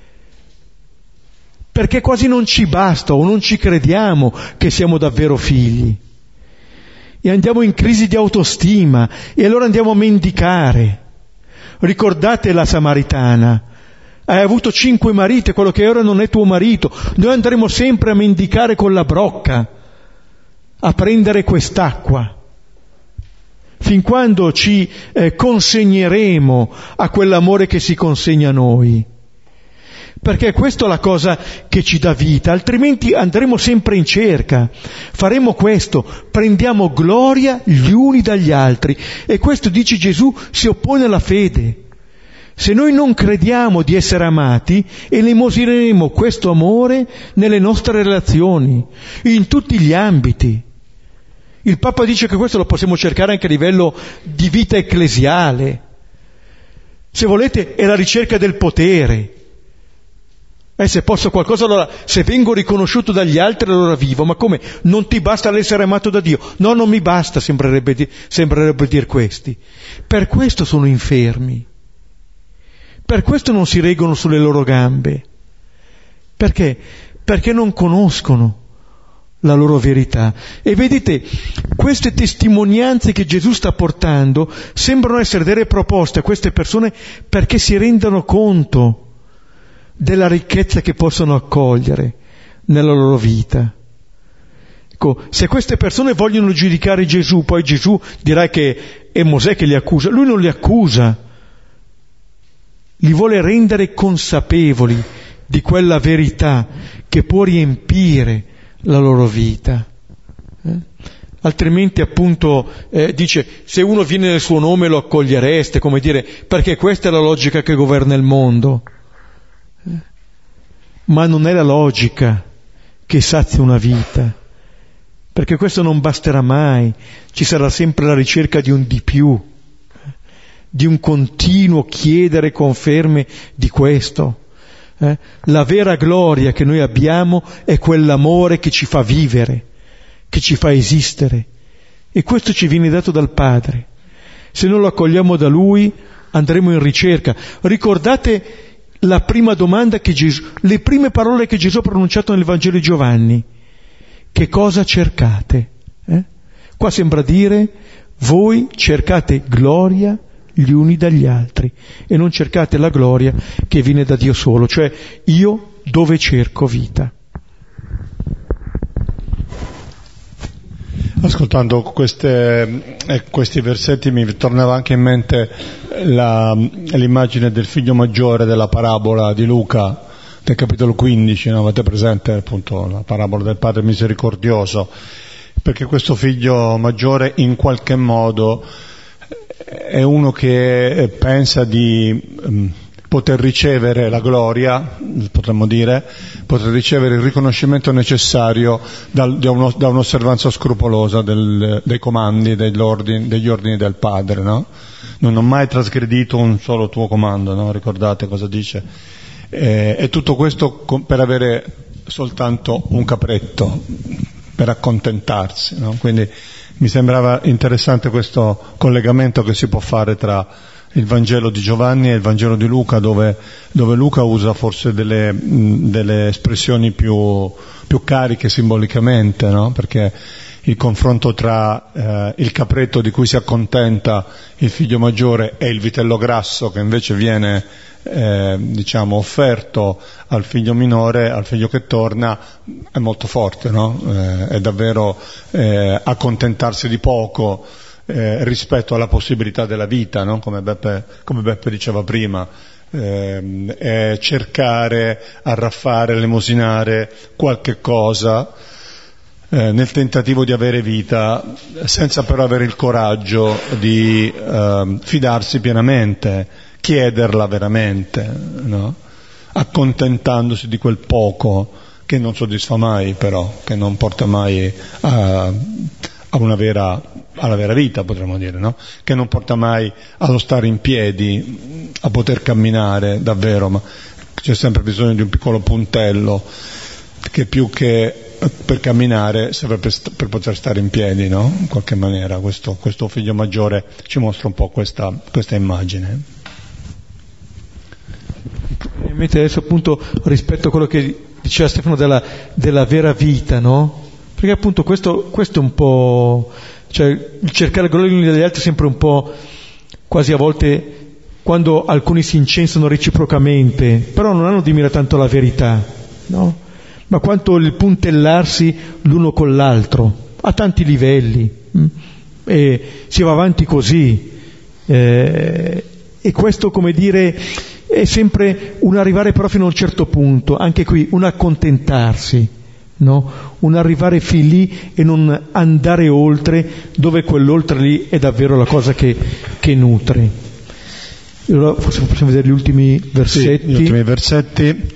perché quasi non ci basta o non ci crediamo che siamo davvero figli e andiamo in crisi di autostima e allora andiamo a mendicare. Ricordate la Samaritana: hai avuto cinque mariti, quello che ora non è tuo marito. Noi andremo sempre a mendicare con la brocca, a prendere quest'acqua, fin quando ci eh, consegneremo a quell'amore che si consegna a noi. Perché questa è la cosa che ci dà vita, altrimenti andremo sempre in cerca. Faremo questo, prendiamo gloria gli uni dagli altri, e questo, dice Gesù, si oppone alla fede. Se noi non crediamo di essere amati, elemosineremo questo amore nelle nostre relazioni, in tutti gli ambiti. Il Papa dice che questo lo possiamo cercare anche a livello di vita ecclesiale. Se volete, è la ricerca del potere. Eh, se posso qualcosa, allora, se vengo riconosciuto dagli altri, allora vivo. Ma come? Non ti basta l'essere amato da Dio? No, non mi basta, sembrerebbe, di, sembrerebbe dire questi. Per questo sono infermi. Per questo non si reggono sulle loro gambe. Perché? Perché non conoscono la loro verità. E vedete, queste testimonianze che Gesù sta portando sembrano essere delle proposte a queste persone perché si rendano conto della ricchezza che possono accogliere nella loro vita. Ecco, se queste persone vogliono giudicare Gesù, poi Gesù dirà che è Mosè che li accusa. Lui non li accusa, li vuole rendere consapevoli di quella verità che può riempire la loro vita. Eh? Altrimenti appunto eh, dice: se uno viene nel suo nome lo accogliereste, come dire, perché questa è la logica che governa il mondo. Eh? Ma non è la logica che sazia una vita, perché questo non basterà mai, ci sarà sempre la ricerca di un di più, di un continuo chiedere conferme di questo. Eh? La vera gloria che noi abbiamo è quell'amore che ci fa vivere, che ci fa esistere, e questo ci viene dato dal Padre. Se non lo accogliamo da Lui, andremo in ricerca. Ricordate la prima domanda che Gesù, le prime parole che Gesù ha pronunciato nel Vangelo di Giovanni: che cosa cercate? Eh? Qua sembra dire: voi cercate gloria gli uni dagli altri e non cercate la gloria che viene da Dio solo. Cioè, io dove cerco vita? Ascoltando queste, eh, questi versetti mi tornava anche in mente la, l'immagine del figlio maggiore della parabola di Luca, del capitolo quindici, no? Avete presente appunto la parabola del padre misericordioso? Perché questo figlio maggiore in qualche modo è uno che pensa di um, poter ricevere la gloria, potremmo dire, poter ricevere il riconoscimento necessario dal, da, uno, da un'osservanza scrupolosa del, dei comandi, degli ordini, degli ordini del Padre, no? Non ho mai trasgredito un solo tuo comando, no? Ricordate cosa dice? E, e tutto questo per avere soltanto un capretto, per accontentarsi, no? Quindi mi sembrava interessante questo collegamento che si può fare tra il Vangelo di Giovanni e il Vangelo di Luca, dove, dove Luca usa forse delle, delle espressioni più, più cariche simbolicamente, no? Perché il confronto tra eh, il capretto di cui si accontenta il figlio maggiore e il vitello grasso che invece viene eh, diciamo offerto al figlio minore, al figlio che torna, è molto forte, no? Eh, è davvero eh, accontentarsi di poco eh, rispetto alla possibilità della vita, no? Come Beppe, come Beppe diceva prima. Eh, è cercare, arraffare, elemosinare qualche cosa eh, nel tentativo di avere vita, senza però avere il coraggio di eh, fidarsi pienamente, chiederla veramente, no? Accontentandosi di quel poco che non soddisfa mai, però, che non porta mai a, a una vera, alla vera vita, potremmo dire, no? Che non porta mai allo stare in piedi, a poter camminare davvero, ma c'è sempre bisogno di un piccolo puntello che più che per camminare serve per, st- per poter stare in piedi, no? In qualche maniera questo, questo figlio maggiore ci mostra un po' questa, questa immagine. Mentre adesso appunto rispetto a quello che diceva Stefano della, della vera vita, no? Perché appunto questo, questo è un po', cioè il cercare la gloria gli uni degli altri è sempre un po', quasi a volte, quando alcuni si incensano reciprocamente, però non hanno di mira tanto la verità, no? Ma quanto il puntellarsi l'uno con l'altro, a tanti livelli, mh? E si va avanti così, eh, e questo, come dire, è sempre un arrivare però fino a un certo punto, anche qui un accontentarsi, no? Un arrivare fin lì e non andare oltre, dove quell'oltre lì è davvero la cosa che, che nutre. Allora forse possiamo vedere gli ultimi versetti. Sì, gli ultimi versetti.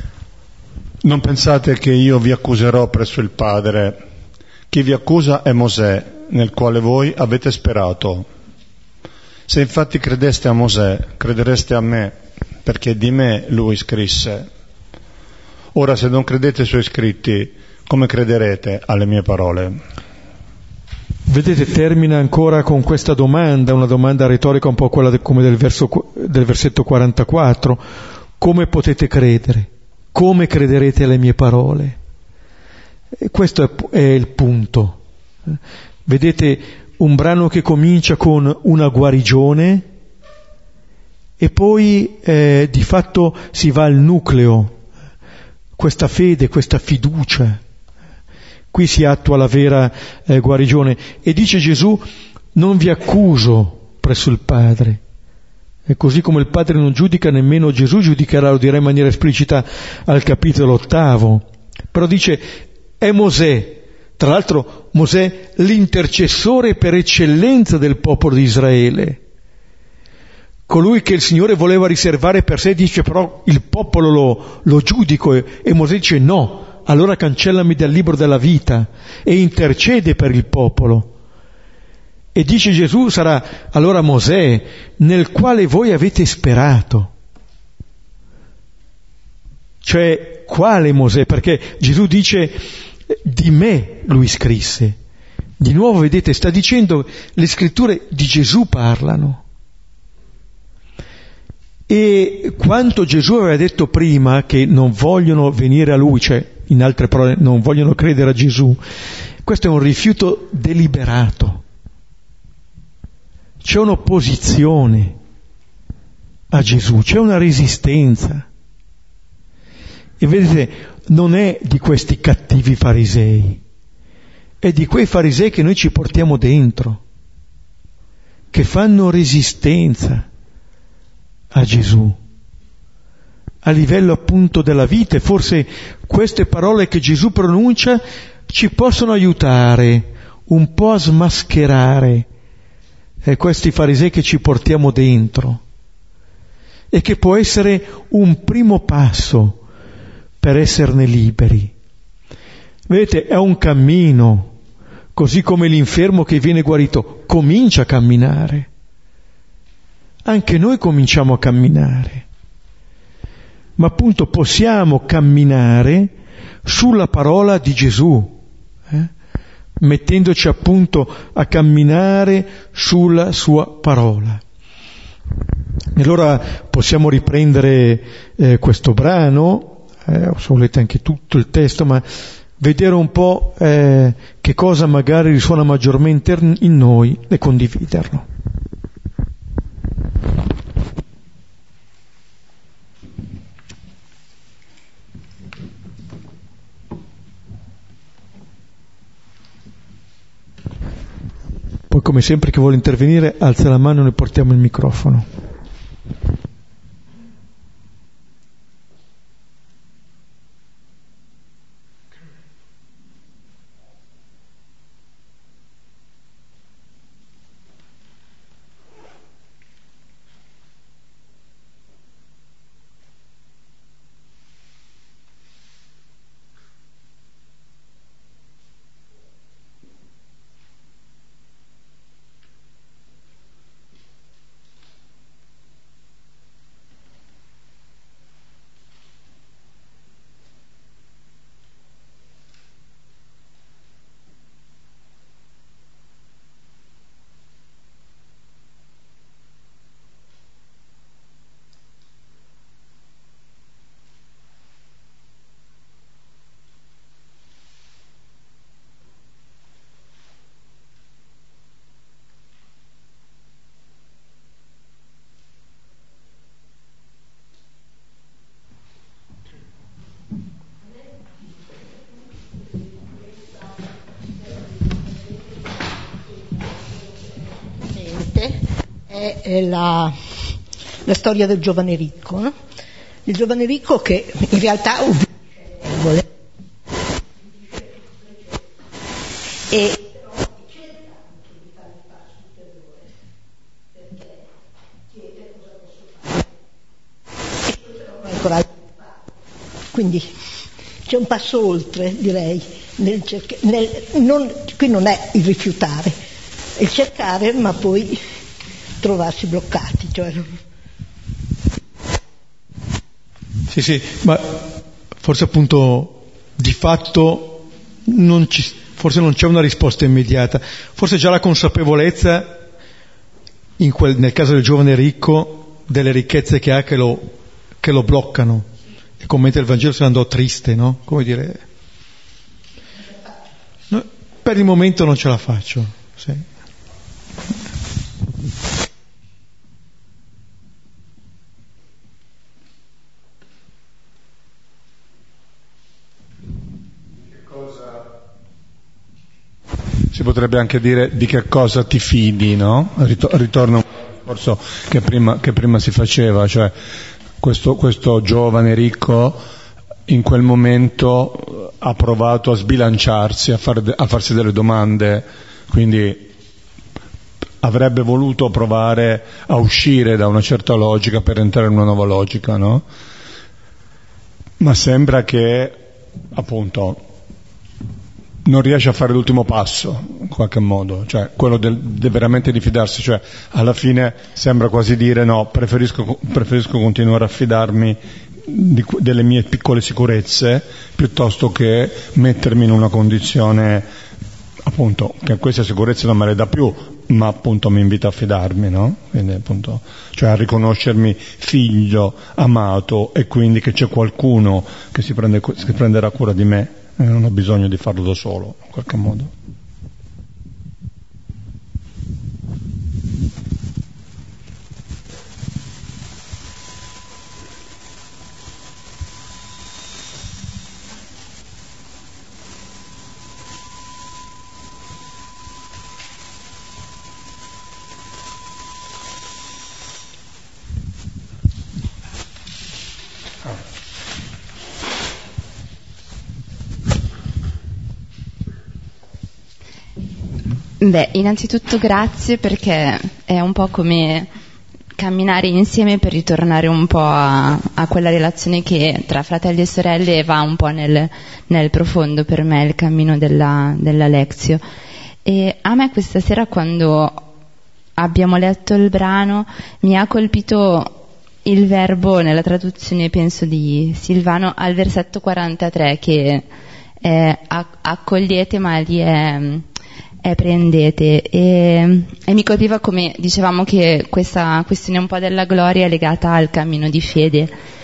Non pensate che io vi accuserò presso il Padre. Chi vi accusa è Mosè, nel quale voi avete sperato. Se infatti credeste a Mosè, credereste a me, perché di me lui scrisse. Ora, se non credete ai suoi scritti, come crederete alle mie parole? Vedete, termina ancora con questa domanda, una domanda retorica un po' quella de, come del, verso, del versetto quarantaquattro. Come potete credere? Come crederete alle mie parole? E questo è, è il punto. Vedete, un brano che comincia con una guarigione e poi eh, di fatto si va al nucleo, questa fede, questa fiducia. Qui si attua la vera eh, guarigione. E dice Gesù: non vi accuso presso il Padre. E così come il Padre non giudica, nemmeno Gesù giudicherà, lo dirà in maniera esplicita al capitolo ottavo. Però dice, è Mosè, tra l'altro Mosè l'intercessore per eccellenza del popolo di Israele, colui che il Signore voleva riservare per sé. Dice però il popolo lo, lo giudico, e, e Mosè dice no, allora cancellami dal libro della vita, e intercede per il popolo. E dice Gesù, sarà allora Mosè, nel quale voi avete sperato. Cioè, quale Mosè? Perché Gesù dice, di me lui scrisse. Di nuovo, vedete, sta dicendo, le scritture di Gesù parlano. E quanto Gesù aveva detto prima, che non vogliono venire a lui, cioè, in altre parole, non vogliono credere a Gesù, questo è un rifiuto deliberato. C'è un'opposizione a Gesù, c'è una resistenza. E vedete, non è di questi cattivi farisei, è di quei farisei che noi ci portiamo dentro, che fanno resistenza a Gesù, a livello appunto della vita. E forse queste parole che Gesù pronuncia ci possono aiutare un po' a smascherare eh, questi farisei che ci portiamo dentro, e che può essere un primo passo per esserne liberi. Vedete, è un cammino, così come l'infermo che viene guarito comincia a camminare. Anche noi cominciamo a camminare, ma appunto possiamo camminare sulla parola di Gesù, eh? mettendoci appunto a camminare sulla sua parola. E allora possiamo riprendere eh, questo brano, eh, se volete anche tutto il testo, ma vedere un po' eh, che cosa magari risuona maggiormente in noi e condividerlo. Poi, come sempre, chi vuole intervenire alza la mano e noi portiamo il microfono. È la, la storia del giovane ricco, no? Il giovane ricco che in realtà vuole e quindi c'è un passo oltre, direi, nel cerca- nel, non, qui non è il rifiutare, è il cercare, ma poi trovarsi bloccati, cioè. Sì, sì, ma forse appunto di fatto non ci, forse non c'è una risposta immediata, forse già la consapevolezza in quel, nel caso del giovane ricco delle ricchezze che ha che lo, che lo bloccano, e commenta il Vangelo se ne andò triste, no? Come dire, no, per il momento non ce la faccio, sì. Si potrebbe anche dire di che cosa ti fidi, no? Ritorna un discorso che prima, che prima si faceva, cioè questo, questo giovane ricco in quel momento ha provato a sbilanciarsi, a, far, a farsi delle domande, quindi avrebbe voluto provare a uscire da una certa logica per entrare in una nuova logica, no? Ma sembra che appunto non riesce a fare l'ultimo passo in qualche modo, cioè quello del, del veramente di fidarsi, cioè alla fine sembra quasi dire no, preferisco, preferisco continuare a fidarmi di, delle mie piccole sicurezze piuttosto che mettermi in una condizione appunto che queste sicurezze non me le dà più, ma appunto mi invita a fidarmi, no? Quindi appunto, cioè a riconoscermi figlio, amato, e quindi che c'è qualcuno che si, prende, si prenderà cura di me. Non ho bisogno di farlo da solo, in qualche modo. Beh, innanzitutto grazie, perché è un po' come camminare insieme per ritornare un po' a, a quella relazione che tra fratelli e sorelle va un po' nel, nel profondo per me, il cammino della, della Lexio. E a me questa sera, quando abbiamo letto il brano, mi ha colpito il verbo nella traduzione, penso, di Silvano al versetto quarantatré, che è accogliete, ma lì è, è prendete, e, e mi colpiva, come dicevamo, che questa questione un po' della gloria è legata al cammino di fede.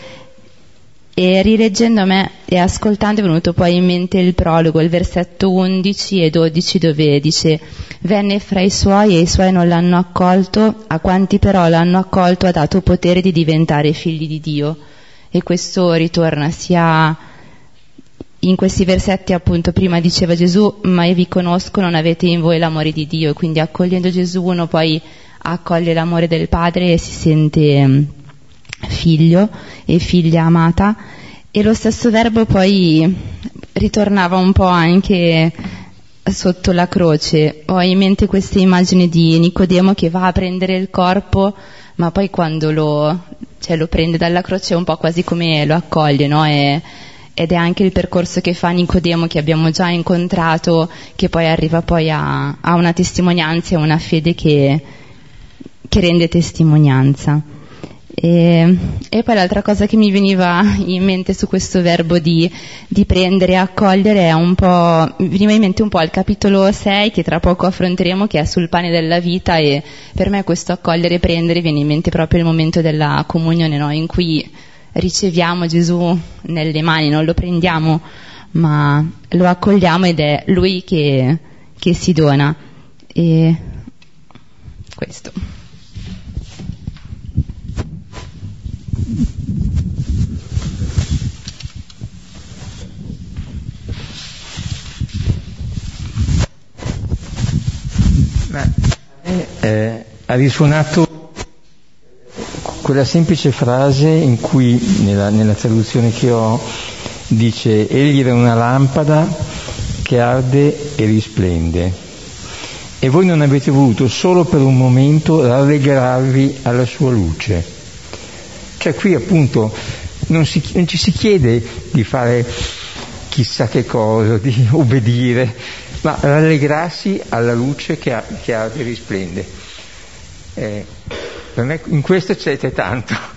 E rileggendo me e ascoltando è venuto poi in mente il prologo, il versetto undici e dodici, dove dice: venne fra i suoi e i suoi non l'hanno accolto, a quanti però l'hanno accolto ha dato potere di diventare figli di Dio. E questo ritorna sia in questi versetti, appunto, prima diceva Gesù: ma io vi conosco, non avete in voi l'amore di Dio. E quindi accogliendo Gesù uno poi accoglie l'amore del Padre e si sente figlio e figlia amata. E lo stesso verbo poi ritornava un po' anche sotto la croce. Ho in mente queste immagini di Nicodemo che va a prendere il corpo, ma poi quando lo, cioè, lo prende dalla croce è un po' quasi come lo accoglie, no? E, ed è anche il percorso che fa Nicodemo, che abbiamo già incontrato, che poi arriva poi a, a una testimonianza e una fede che, che rende testimonianza. E, e poi l'altra cosa che mi veniva in mente su questo verbo di, di prendere e accogliere è un po', mi veniva in mente un po' il capitolo sei, che tra poco affronteremo, che è sul pane della vita. E per me questo accogliere e prendere viene in mente proprio il momento della comunione, no? In cui riceviamo Gesù nelle mani, non lo prendiamo ma lo accogliamo, ed è Lui che, che si dona. E questo. Eh, ha risuonato quella semplice frase in cui nella, nella traduzione che ho dice: egli era una lampada che arde e risplende, e voi non avete voluto solo per un momento rallegrarvi alla sua luce. Cioè qui appunto non, si, non ci si chiede di fare chissà che cosa, di obbedire, ma rallegrarsi alla luce che, ha, che arde e risplende. Eh, per me in questo c'è, c'è tanto.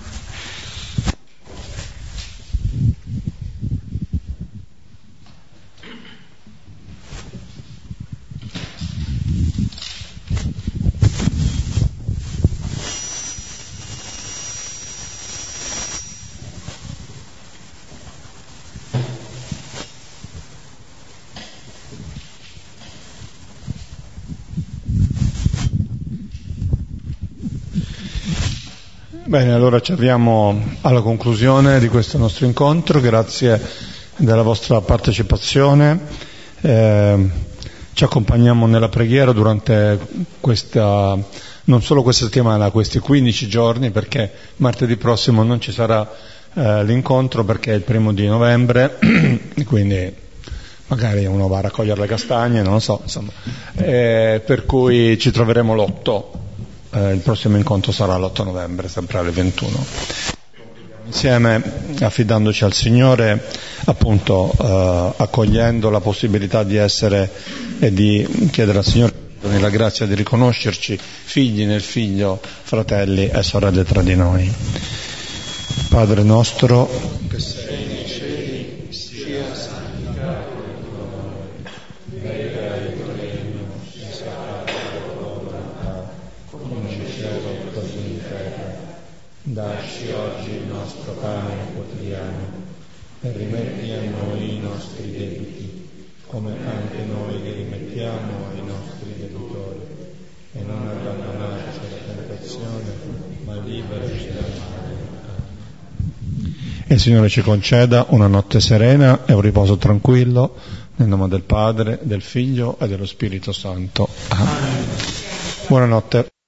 Bene, allora ci avviamo alla conclusione di questo nostro incontro. Grazie della vostra partecipazione. Eh, ci accompagniamo nella preghiera durante questa, non solo questa settimana, questi quindici giorni, perché martedì prossimo non ci sarà eh, l'incontro, perché è il primo di novembre, quindi magari uno va a raccogliere le castagne, non lo so, insomma. Eh, per cui ci troveremo l'otto. Eh, il prossimo incontro sarà l'otto novembre, sempre alle ventuno. Insieme, affidandoci al Signore, appunto eh, accogliendo la possibilità di essere e di chiedere al Signore la grazia di riconoscerci figli nel Figlio, fratelli e sorelle tra di noi. Padre nostro che sei nei cieli, sia santificato il tuo nome, venga il tuo regno, sia fatta la tua volontà, come in cielo così in terra. Dacci oggi il nostro pane quotidiano e rimetti a noi i nostri debiti, come anche noi li rimettiamo ai nostri debitori, e non abbandonarci alla tentazione, ma liberaci dal male. E il Signore ci conceda una notte serena e un riposo tranquillo, nel nome del Padre, del Figlio e dello Spirito Santo. Amen. Buonanotte.